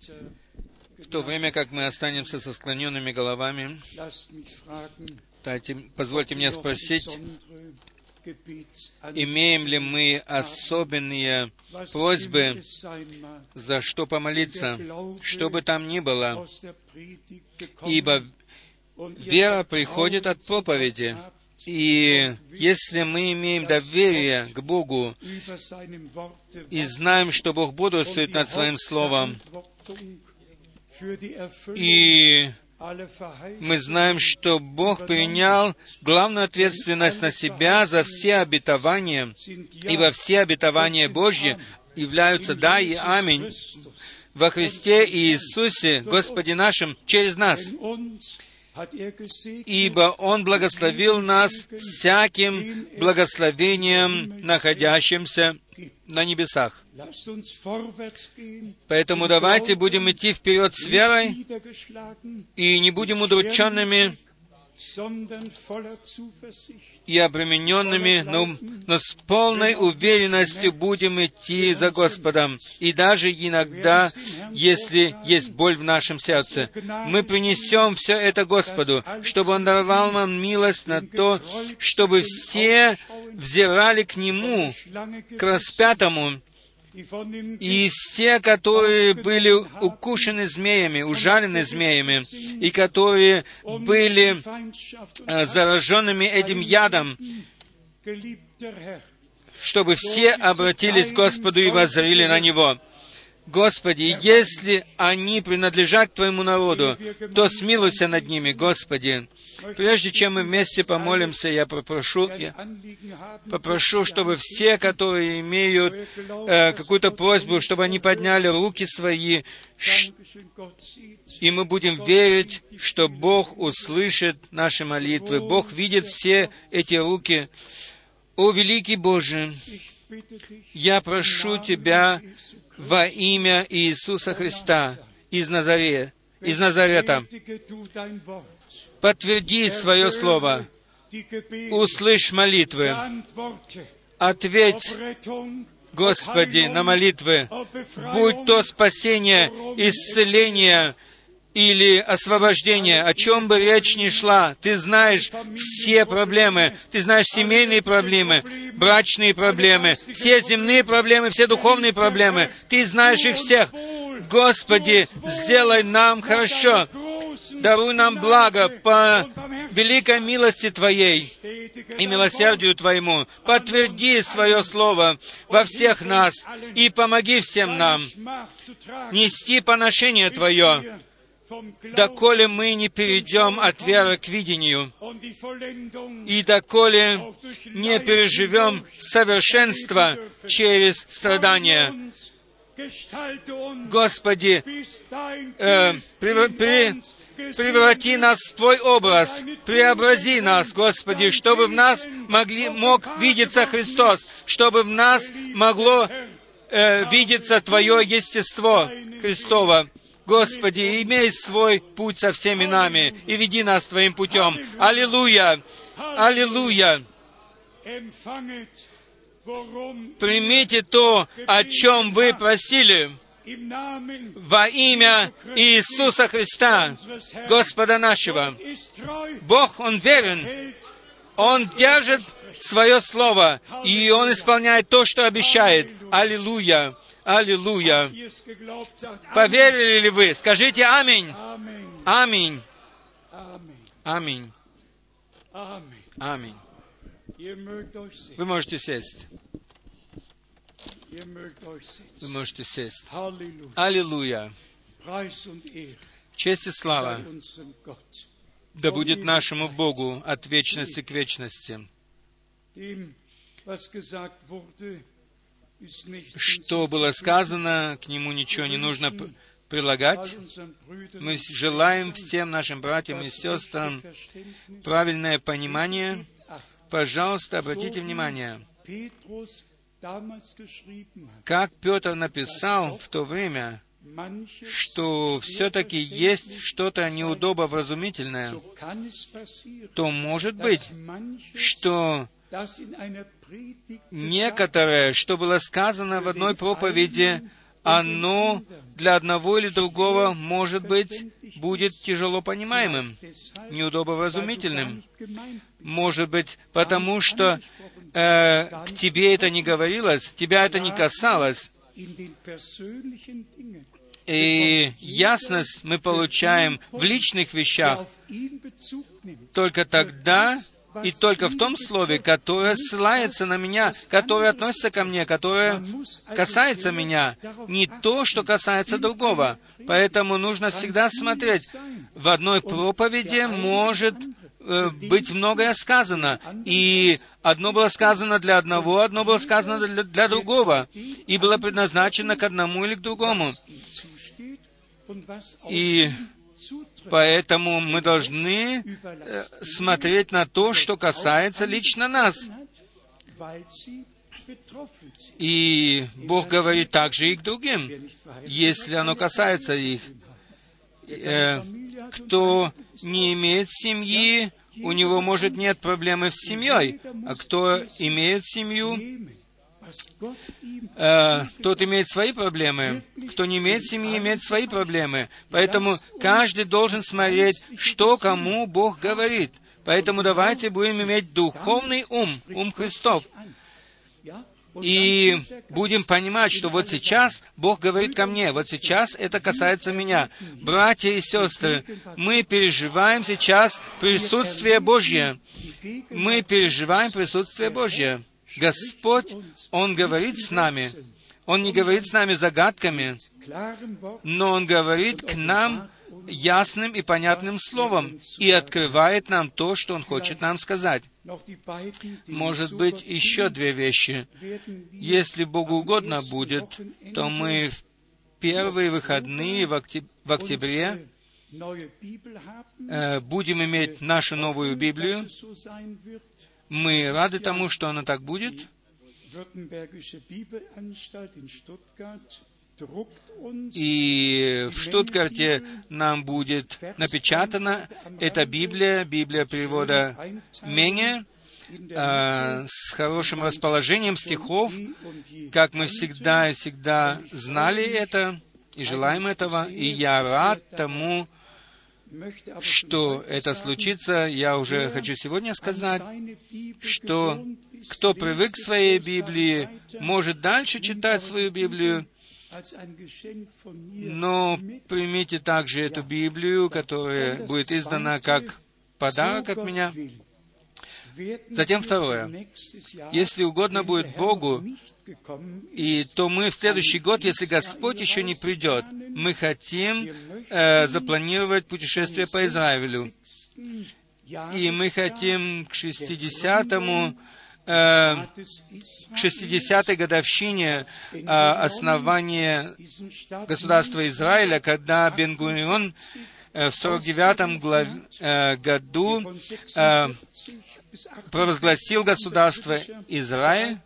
В то время как мы останемся со склоненными головами, дайте, позвольте мне спросить, имеем ли мы особенные просьбы, за что помолиться, что бы там ни было, ибо вера приходит от проповеди. И если мы имеем доверие к Богу и знаем, что Бог бодрствует над Своим Словом, и мы знаем, что Бог принял главную ответственность на себя за все обетования, ибо все обетования Божьи являются «да» и «аминь» во Христе Иисусе, Господе нашим, через нас. Ибо Он благословил нас всяким благословением, находящимся на небесах. Поэтому давайте будем идти вперед с верой и не будем удрученными и обремененными, но, но с полной уверенностью будем идти за Господом. И даже иногда, если есть боль в нашем сердце, мы принесем все это Господу, чтобы Он давал нам милость на то, чтобы все взирали к Нему, к распятому, и все, которые были укушены змеями, ужалены змеями, и которые были э, зараженными этим ядом, чтобы все обратились к Господу и воззрели на Него. Господи, если они принадлежат к Твоему народу, то смилуйся над ними, Господи. Прежде чем мы вместе помолимся, я попрошу, я попрошу, чтобы все, которые имеют э, какую-то просьбу, чтобы они подняли руки свои, и мы будем верить, что Бог услышит наши молитвы. Бог видит все эти руки. О, великий Боже, я прошу Тебя во имя Иисуса Христа из Назаре, из Назарета, подтверди Свое Слово, услышь молитвы, ответь, Господи, на молитвы, будь то спасение, исцеление или освобождение, о чем бы речь ни шла, Ты знаешь все проблемы, Ты знаешь семейные проблемы, брачные проблемы, все земные проблемы, все духовные проблемы, Ты знаешь их всех. Господи, сделай нам хорошо, даруй нам благо по великой милости Твоей и милосердию Твоему. Подтверди Свое Слово во всех нас и помоги всем нам нести поношение Твое, доколе мы не перейдем от веры к видению, и доколе не переживем совершенство через страдания. Господи, э, при, при, преврати нас в Твой образ, преобрази нас, Господи, чтобы в нас могли, мог видеться Христос, чтобы в нас могло э, видеться Твое естество Христово. Господи, имей свой путь со всеми нами и веди нас Твоим путем. Аллилуйя! Аллилуйя! Примите то, о чем вы просили, во имя Иисуса Христа, Господа нашего. Бог, Он верен, Он держит Свое Слово, и Он исполняет то, что обещает. Аллилуйя! Аллилуйя! Поверили ли вы? Скажите аминь! Аминь! Аминь! Аминь! Вы можете сесть. Вы можете сесть. Аллилуйя! Честь и слава да будет нашему Богу от вечности к вечности. Что было сказано, к нему ничего не нужно прилагать. Мы желаем всем нашим братьям и сестрам правильное понимание. Пожалуйста, обратите внимание, как Петр написал в то время, что все-таки есть что-то неудобовразумительное, то может быть, что некоторое, что было сказано в одной проповеди, оно для одного или другого, может быть, будет тяжело понимаемым, неудобовразумительным. Может быть, потому что э, к тебе это не говорилось, тебя это не касалось. И ясность мы получаем в личных вещах только тогда и только в том слове, которое ссылается на меня, которое относится ко мне, которое касается меня, не то, что касается другого. Поэтому нужно всегда смотреть. В одной проповеди может э, быть многое сказано, и одно было сказано для одного, одно было сказано для, для другого, и было предназначено к одному или к другому. И поэтому мы должны э, смотреть на то, что касается лично нас. И Бог говорит также и к другим, если оно касается их. Э, кто не имеет семьи, у него, может, нет проблемы с семьей, а кто имеет семью, э, тот имеет свои проблемы. Кто не имеет семьи, имеет свои проблемы. Поэтому каждый должен смотреть, что кому Бог говорит. Поэтому давайте будем иметь духовный ум, ум Христов. И будем понимать, что вот сейчас Бог говорит ко мне, вот сейчас это касается меня. Братья и сестры, мы переживаем сейчас присутствие Божье. Мы переживаем присутствие Божье. Господь, Он говорит с нами. Он не говорит с нами загадками, но Он говорит к нам ясным и понятным словом и открывает нам то, что Он хочет нам сказать. Может быть, еще две вещи. Если Богу угодно будет, то мы в первые выходные в, октяб... в октябре э, будем иметь нашу новую Библию. Мы рады тому, что оно так будет. И в Штутгарте нам будет напечатана эта Библия, Библия перевода Менге, э, с хорошим расположением стихов, как мы всегда и всегда знали это и желаем этого. И я рад тому, что это случится. Я уже хочу сегодня сказать, что кто привык к своей Библии, может дальше читать свою Библию, но примите также эту Библию, которая будет издана как подарок от меня. Затем второе. Если угодно будет Богу, и то мы в следующий год, если Господь еще не придет, мы хотим э, запланировать путешествие по Израилю. И мы хотим к шестидесятому к шестидесятой годовщине основания государства Израиля, когда Бен-Гурион в сорок девятом году провозгласил государство Израиль.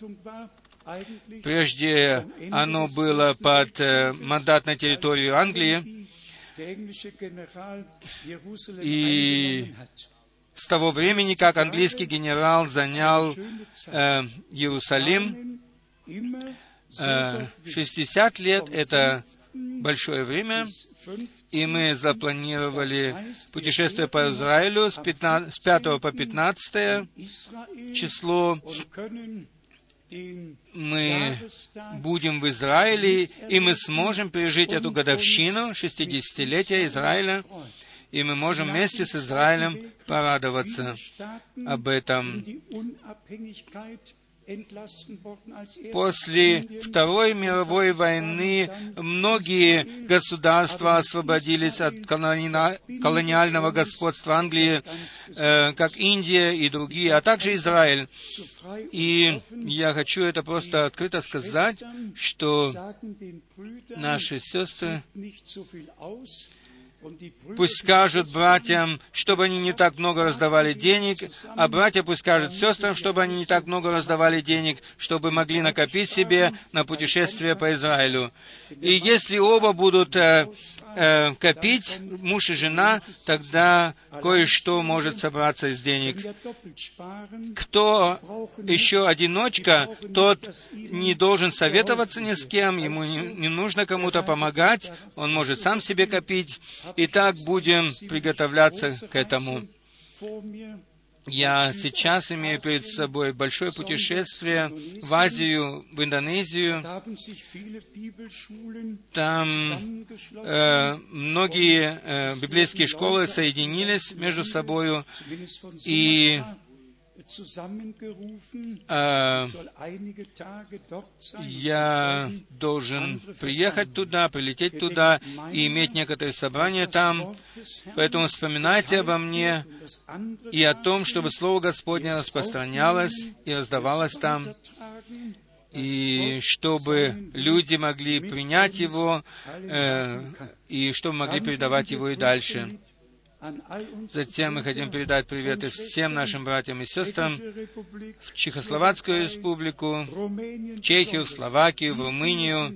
Прежде оно было под мандатной территорией Англии, и с того времени, как английский генерал занял э, Иерусалим, э, шестьдесят лет — это большое время, и мы запланировали путешествие по Израилю с, пятнадцатого, с пятого по пятнадцатое число. Мы будем в Израиле, и мы сможем пережить эту годовщину, шестидесятилетия Израиля, и мы можем вместе с Израилем порадоваться об этом. После Второй мировой войны многие государства освободились от колониального господства Англии, э, как Индия и другие, а также Израиль. И я хочу это просто открыто сказать, что наши сестры пусть скажут братьям, чтобы они не так много раздавали денег, а братья пусть скажут сестрам, чтобы они не так много раздавали денег, чтобы могли накопить себе на путешествие по Израилю. И если оба будут э, э, копить, муж и жена, тогда кое-что может собраться из денег. Кто еще одиночка, тот не должен советоваться ни с кем, ему не, не нужно кому-то помогать, он может сам себе копить. Итак, будем приготовляться к этому. Я сейчас имею перед собой большое путешествие в Азию, в Индонезию. Там э, многие э, библейские школы соединились между собою, и э, я должен приехать туда, прилететь туда и иметь некоторые собрания там. Поэтому вспоминайте обо мне и о том, чтобы Слово Господне распространялось и раздавалось там, и чтобы люди могли принять его, э, и чтобы могли передавать его и дальше. Затем мы хотим передать приветы всем нашим братьям и сестрам в Чехословацкую республику, в Чехию, в Словакию, в Румынию.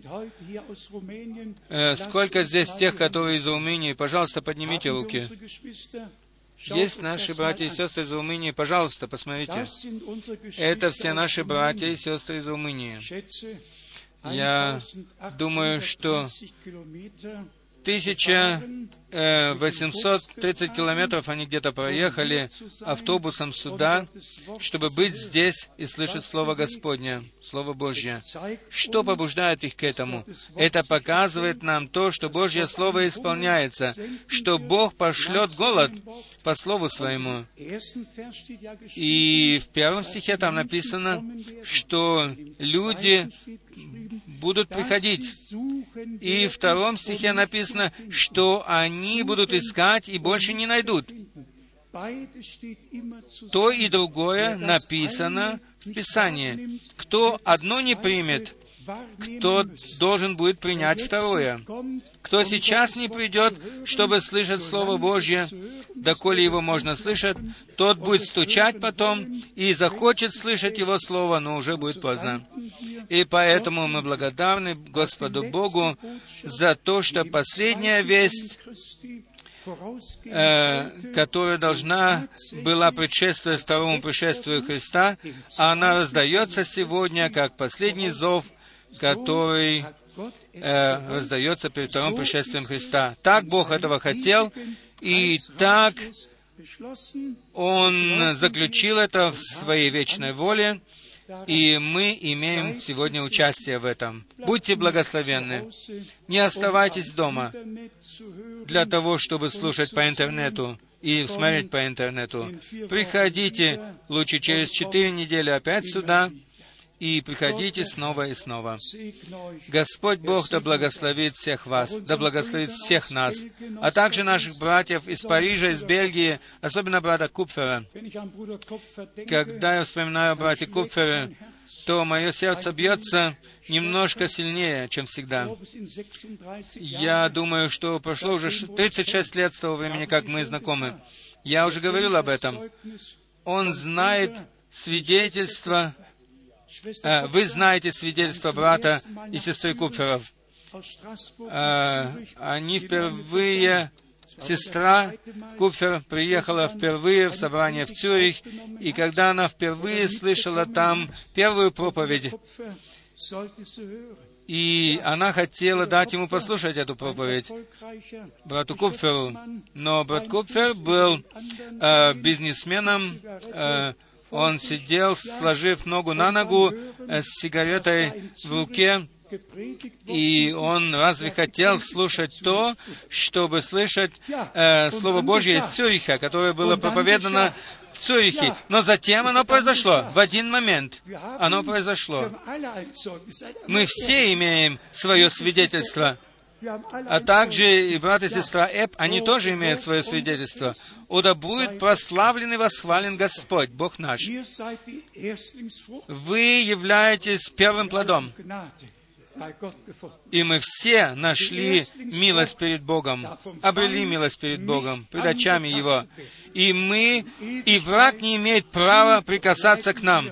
Э, сколько здесь тех, которые из Румынии? Пожалуйста, поднимите руки. Есть наши братья и сестры из Румынии? Пожалуйста, посмотрите. Это все наши братья и сестры из Румынии. Я думаю, что тысяча восемьсот тридцать километров они где-то проехали автобусом сюда, чтобы быть здесь и слышать Слово Господне, Слово Божье. Что побуждает их к этому? Это показывает нам то, что Божье Слово исполняется, что Бог пошлет голод по Слову Своему. И в первом стихе там написано, что люди будут приходить. И в втором стихе написано, что они будут искать и больше не найдут. То и другое написано в Писании. Кто одно не примет, кто должен будет принять второе. Кто сейчас не придет, чтобы слышать Слово Божье, доколе его можно слышать, тот будет стучать потом и захочет слышать его Слово, но уже будет поздно. И поэтому мы благодарны Господу Богу за то, что последняя весть, э, которая должна была предшествовать второму пришествию Христа, она раздается сегодня как последний зов, который э, раздается перед вторым пришествием Христа. Так Бог этого хотел, и так Он заключил это в Своей вечной воле, и мы имеем сегодня участие в этом. Будьте благословенны. Не оставайтесь дома для того, чтобы слушать по интернету и смотреть по интернету. Приходите лучше через четыре недели опять сюда, и приходите снова и снова. Господь Бог да благословит всех вас, да благословит всех нас, а также наших братьев из Парижа, из Бельгии, особенно брата Купфера. Когда я вспоминаю о брате Купфере, то мое сердце бьется немножко сильнее, чем всегда. Я думаю, что прошло уже тридцать шесть лет с того времени, как мы знакомы. Я уже говорил об этом. Он знает свидетельство. Вы знаете свидетельство брата и сестры Купферов. Они впервые, сестра Купфер приехала впервые в собрание в Цюрих, и когда она впервые слышала там первую проповедь, и она хотела дать ему послушать эту проповедь, брату Купферу. Но брат Купфер был э, бизнесменом, э, он сидел, сложив ногу на ногу, э, с сигаретой в руке, и он разве хотел слушать то, чтобы слышать э, Слово Божье из Цюриха, которое было проповедано в Цюрихе. Но затем оно произошло. В один момент оно произошло. Мы все имеем свое свидетельство. А также и брат и сестра Эб, они тоже имеют свое свидетельство. «О, да будет прославлен и восхвален Господь, Бог наш». Вы являетесь первым плодом. И мы все нашли милость перед Богом, обрели милость перед Богом, пред очами Его. И мы, и враг не имеет права прикасаться к нам,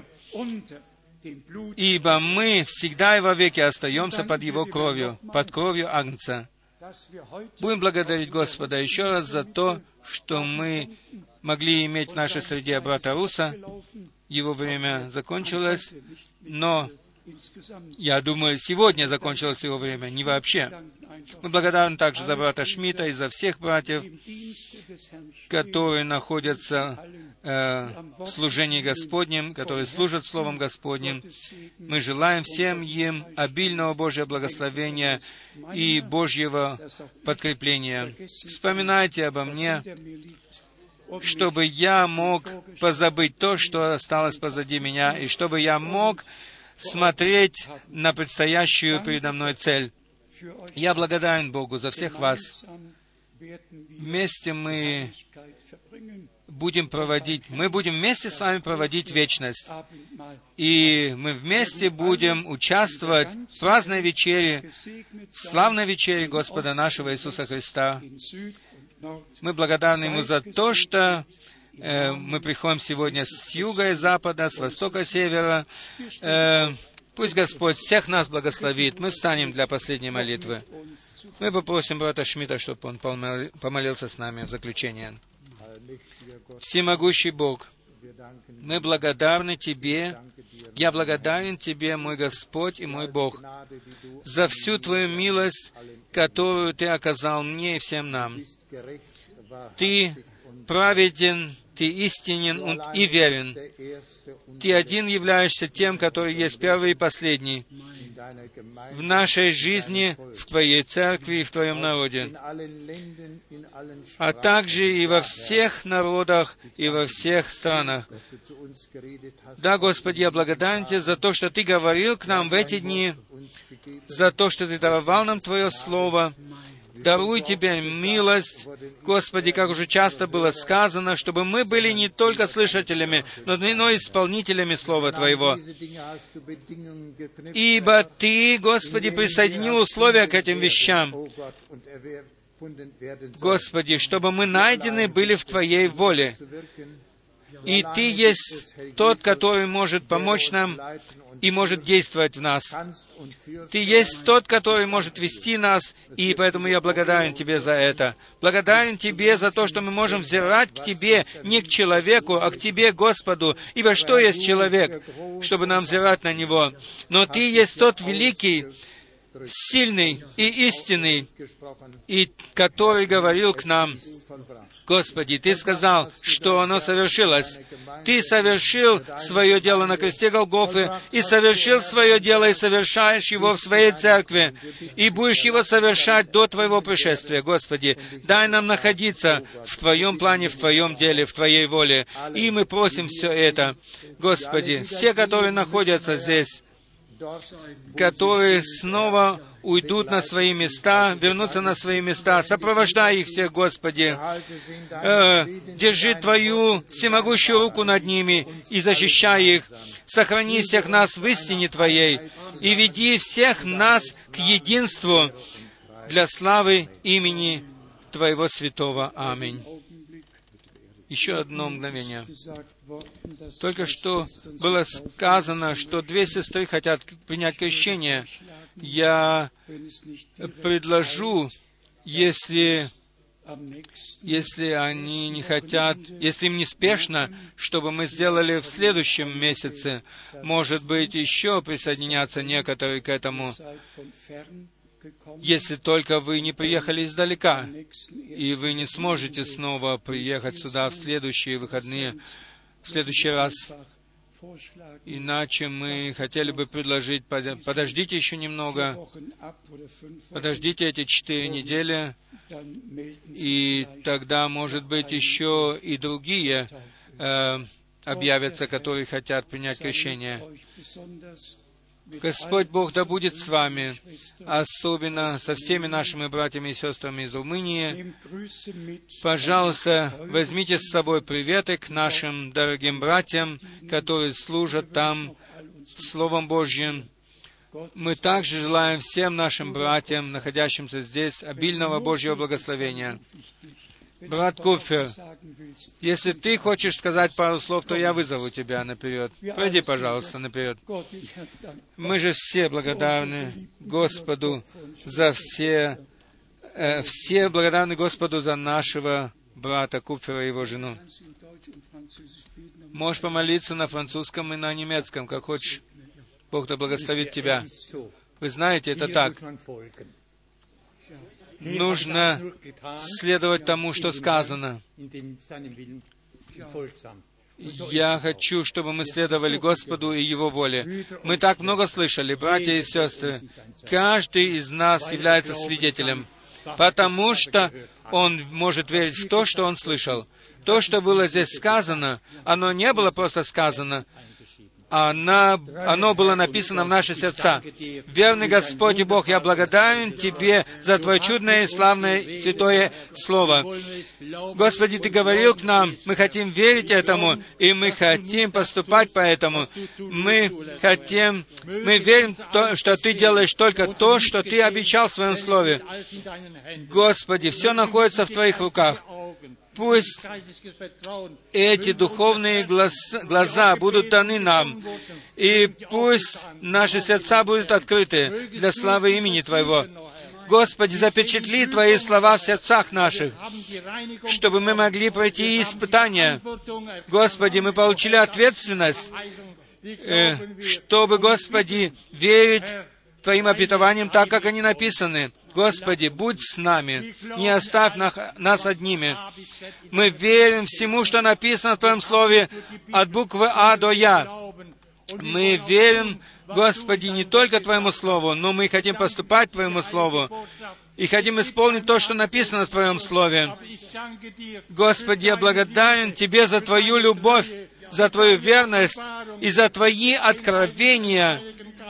ибо мы всегда и вовеки остаемся под Его кровью, под кровью Агнца. Будем благодарить Господа еще раз за то, что мы могли иметь в нашей среде брата Руса. Его время закончилось, но я думаю, сегодня закончилось его время, не вообще. Мы благодарны также за брата Шмидта и за всех братьев, которые находятся э, в служении Господнем, которые служат Словом Господним. Мы желаем всем им обильного Божьего благословения и Божьего подкрепления. Вспоминайте обо мне, чтобы я мог позабыть то, что осталось позади меня, и чтобы я мог смотреть на предстоящую передо мной цель. Я благодарен Богу за всех вас. Вместе мы будем проводить, мы будем вместе с вами проводить вечность. И мы вместе будем участвовать в праздной вечере, в славной вечере Господа нашего Иисуса Христа. Мы благодарны Ему за то, что э, мы приходим сегодня с юга и запада, с востока и севера. Э, пусть Господь всех нас благословит. Мы встанем для последней молитвы. Мы попросим брата Шмидта, чтобы он помолился с нами в заключение. Всемогущий Бог, мы благодарны Тебе, я благодарен Тебе, мой Господь и мой Бог, за всю Твою милость, которую Ты оказал мне и всем нам. Ты праведен, Ты истинен и верен. Ты один являешься тем, который есть первый и последний в нашей жизни, в Твоей церкви и в Твоем народе, а также и во всех народах и во всех странах. Да, Господи, я благодарен Тебе за то, что Ты говорил к нам в эти дни, за то, что Ты даровал нам Твое Слово. Даруй Тебе милость, Господи, как уже часто было сказано, чтобы мы были не только слышателями, но и исполнителями Слова Твоего. Ибо Ты, Господи, присоединил условия к этим вещам, Господи, чтобы мы найдены были в Твоей воле. И Ты есть тот, который может помочь нам и может действовать в нас. Ты есть тот, который может вести нас, и поэтому я благодарен Тебе за это. Благодарен Тебе за то, что мы можем взирать к Тебе, не к человеку, а к Тебе, Господу. Ибо что есть человек, чтобы нам взирать на него? Но Ты есть тот великий, сильный и истинный, и который говорил к нам. Господи, Ты сказал, что оно совершилось. Ты совершил свое дело на кресте Голгофы, и совершил свое дело, и совершаешь его в своей церкви, и будешь его совершать до Твоего пришествия. Господи, дай нам находиться в Твоем плане, в Твоем деле, в Твоей воле. И мы просим все это. Господи, все, которые находятся здесь, которые снова уйдут на свои места, вернутся на свои места. Сопровождай их всех, Господи. Э, держи Твою всемогущую руку над ними и защищай их. Сохрани всех нас в истине Твоей и веди всех нас к единству для славы имени Твоего святого. Аминь. Еще одно мгновение. Только что было сказано, что две сестры хотят принять крещение. Я предложу, если, если они не хотят, если им не спешно, чтобы мы сделали в следующем месяце. Может быть, еще присоединятся некоторые к этому, если только вы не приехали издалека, и вы не сможете снова приехать сюда в следующие выходные, в следующий раз. Иначе мы хотели бы предложить, подождите еще немного, подождите эти четыре недели, и тогда, может быть, еще и другие э, объявятся, которые хотят принять крещение. Господь Бог да будет с вами, особенно со всеми нашими братьями и сестрами из Румынии. Пожалуйста, возьмите с собой приветы к нашим дорогим братьям, которые служат там Словом Божьим. Мы также желаем всем нашим братьям, находящимся здесь, обильного Божьего благословения. Брат Купфер, если ты хочешь сказать пару слов, то я вызову тебя наперед. Пройди, пожалуйста, наперед. Мы же все благодарны Господу за все Э, все благодарны Господу за нашего брата Купфера и его жену. Можешь помолиться на французском и на немецком, как хочешь. Бог да благословит тебя. Вы знаете, это так. Нужно следовать тому, что сказано. Я хочу, чтобы мы следовали Господу и Его воле. Мы так много слышали, братья и сестры. Каждый из нас является свидетелем, потому что он может верить в то, что он слышал. То, что было здесь сказано, оно не было просто сказано, Оно, оно было написано в наши сердца. Верный Господь и Бог, я благодарен Тебе за Твое чудное и славное святое Слово. Господи, Ты говорил к нам, мы хотим верить этому, и мы хотим поступать по этому. Мы хотим, мы верим, то, что Ты делаешь только то, что Ты обещал в Своем Слове. Господи, все находится в Твоих руках. Пусть эти духовные глаз, глаза будут даны нам, и пусть наши сердца будут открыты для славы имени Твоего. Господи, запечатли Твои слова в сердцах наших, чтобы мы могли пройти испытания. Господи, мы получили ответственность, чтобы, Господи, верить Твоим обетованиям так, как они написаны. Господи, будь с нами, не оставь нас одними. Мы верим всему, что написано в Твоем Слове, от буквы А до Я. Мы верим, Господи, не только Твоему Слову, но мы хотим поступать Твоему Слову и хотим исполнить то, что написано в Твоем Слове. Господи, я благодарен Тебе за Твою любовь, за Твою верность и за Твои откровения,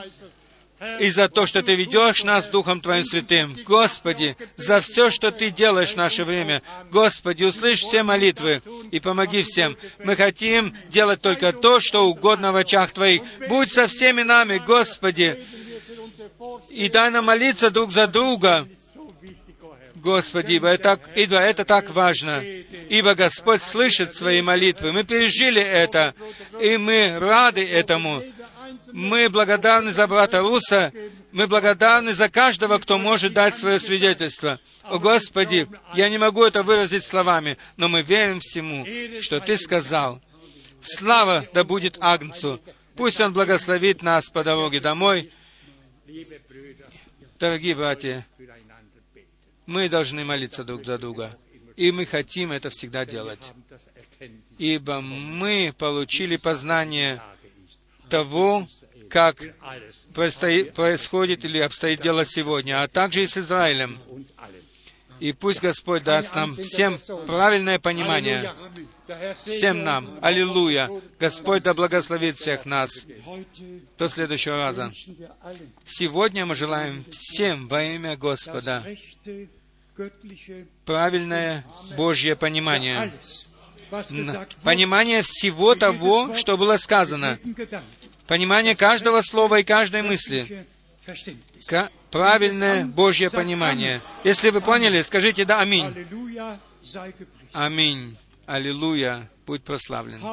и за то, что Ты ведешь нас Духом Твоим Святым. Господи, за все, что Ты делаешь в наше время. Господи, услышь все молитвы и помоги всем. Мы хотим делать только то, что угодно в очах Твоих. Будь со всеми нами, Господи, и дай нам молиться друг за друга. Господи, ибо это, ибо это так важно. Ибо Господь слышит свои молитвы. Мы пережили это, и мы рады этому. Мы благодарны за брата Руса, мы благодарны за каждого, кто может дать свое свидетельство. О, Господи, я не могу это выразить словами, но мы верим всему, что Ты сказал. Слава да будет Агнцу. Пусть Он благословит нас по дороге домой. Дорогие братья, мы должны молиться друг за друга, и мы хотим это всегда делать, ибо мы получили познание того, как происходит или обстоит дело сегодня, а также и с Израилем. И пусть Господь даст нам всем правильное понимание, всем нам. Аллилуйя! Господь да благословит всех нас. До следующего раза. Сегодня мы желаем всем во имя Господа правильное Божье понимание. Понимание всего того, что было сказано. Понимание каждого слова и каждой мысли. К- правильное Божье понимание. Если вы поняли, скажите «да, аминь». Аминь. Аллилуйя. Будь прославлен.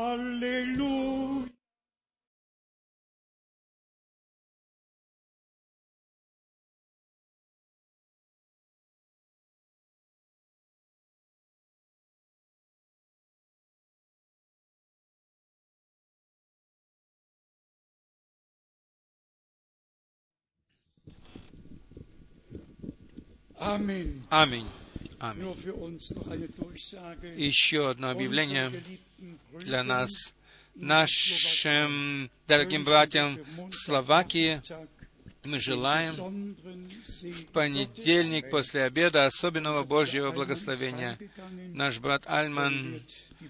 Аминь. Аминь. Аминь. Еще одно объявление для нас. Нашим дорогим братьям в Словакии мы желаем в понедельник после обеда особенного Божьего благословения. Наш брат Альман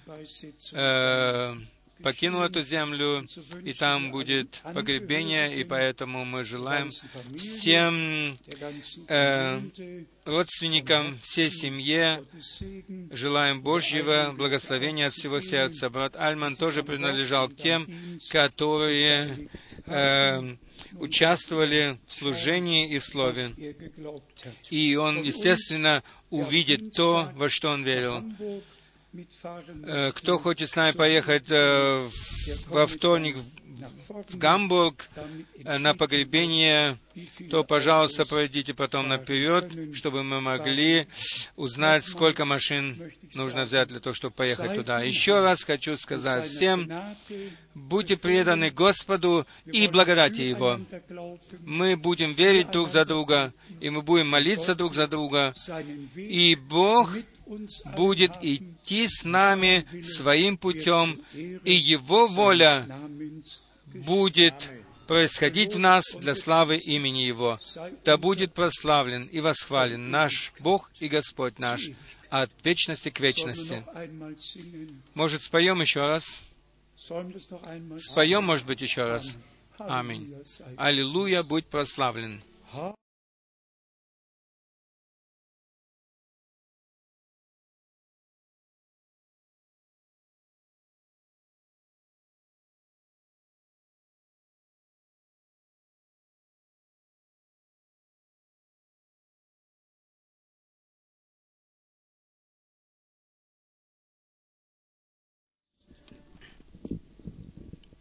э, покинул эту землю, и там будет погребение, и поэтому мы желаем всем э, родственникам, всей семье, желаем Божьего благословения от всего сердца. Брат Альман тоже принадлежал к тем, которые э, участвовали в служении и в слове. И он, естественно, увидит то, во что он верил. Кто хочет с нами поехать во вторник в Гамбург на погребение, то, пожалуйста, пройдите потом наперед, чтобы мы могли узнать, сколько машин нужно взять для того, чтобы поехать туда. Еще раз хочу сказать всем, будьте преданы Господу и благодати Его. Мы будем верить друг за друга, и мы будем молиться друг за друга, и Бог будет идти с нами своим путем, и Его воля будет происходить в нас для славы имени Его. Да будет прославлен и восхвален наш Бог и Господь наш от вечности к вечности. Может, споем еще раз? Споем, может быть, еще раз? Аминь. Аллилуйя, будь прославлен.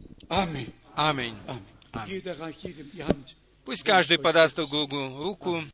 Аминь. Аминь. Аминь. Пусть каждый подаст друг другу руку.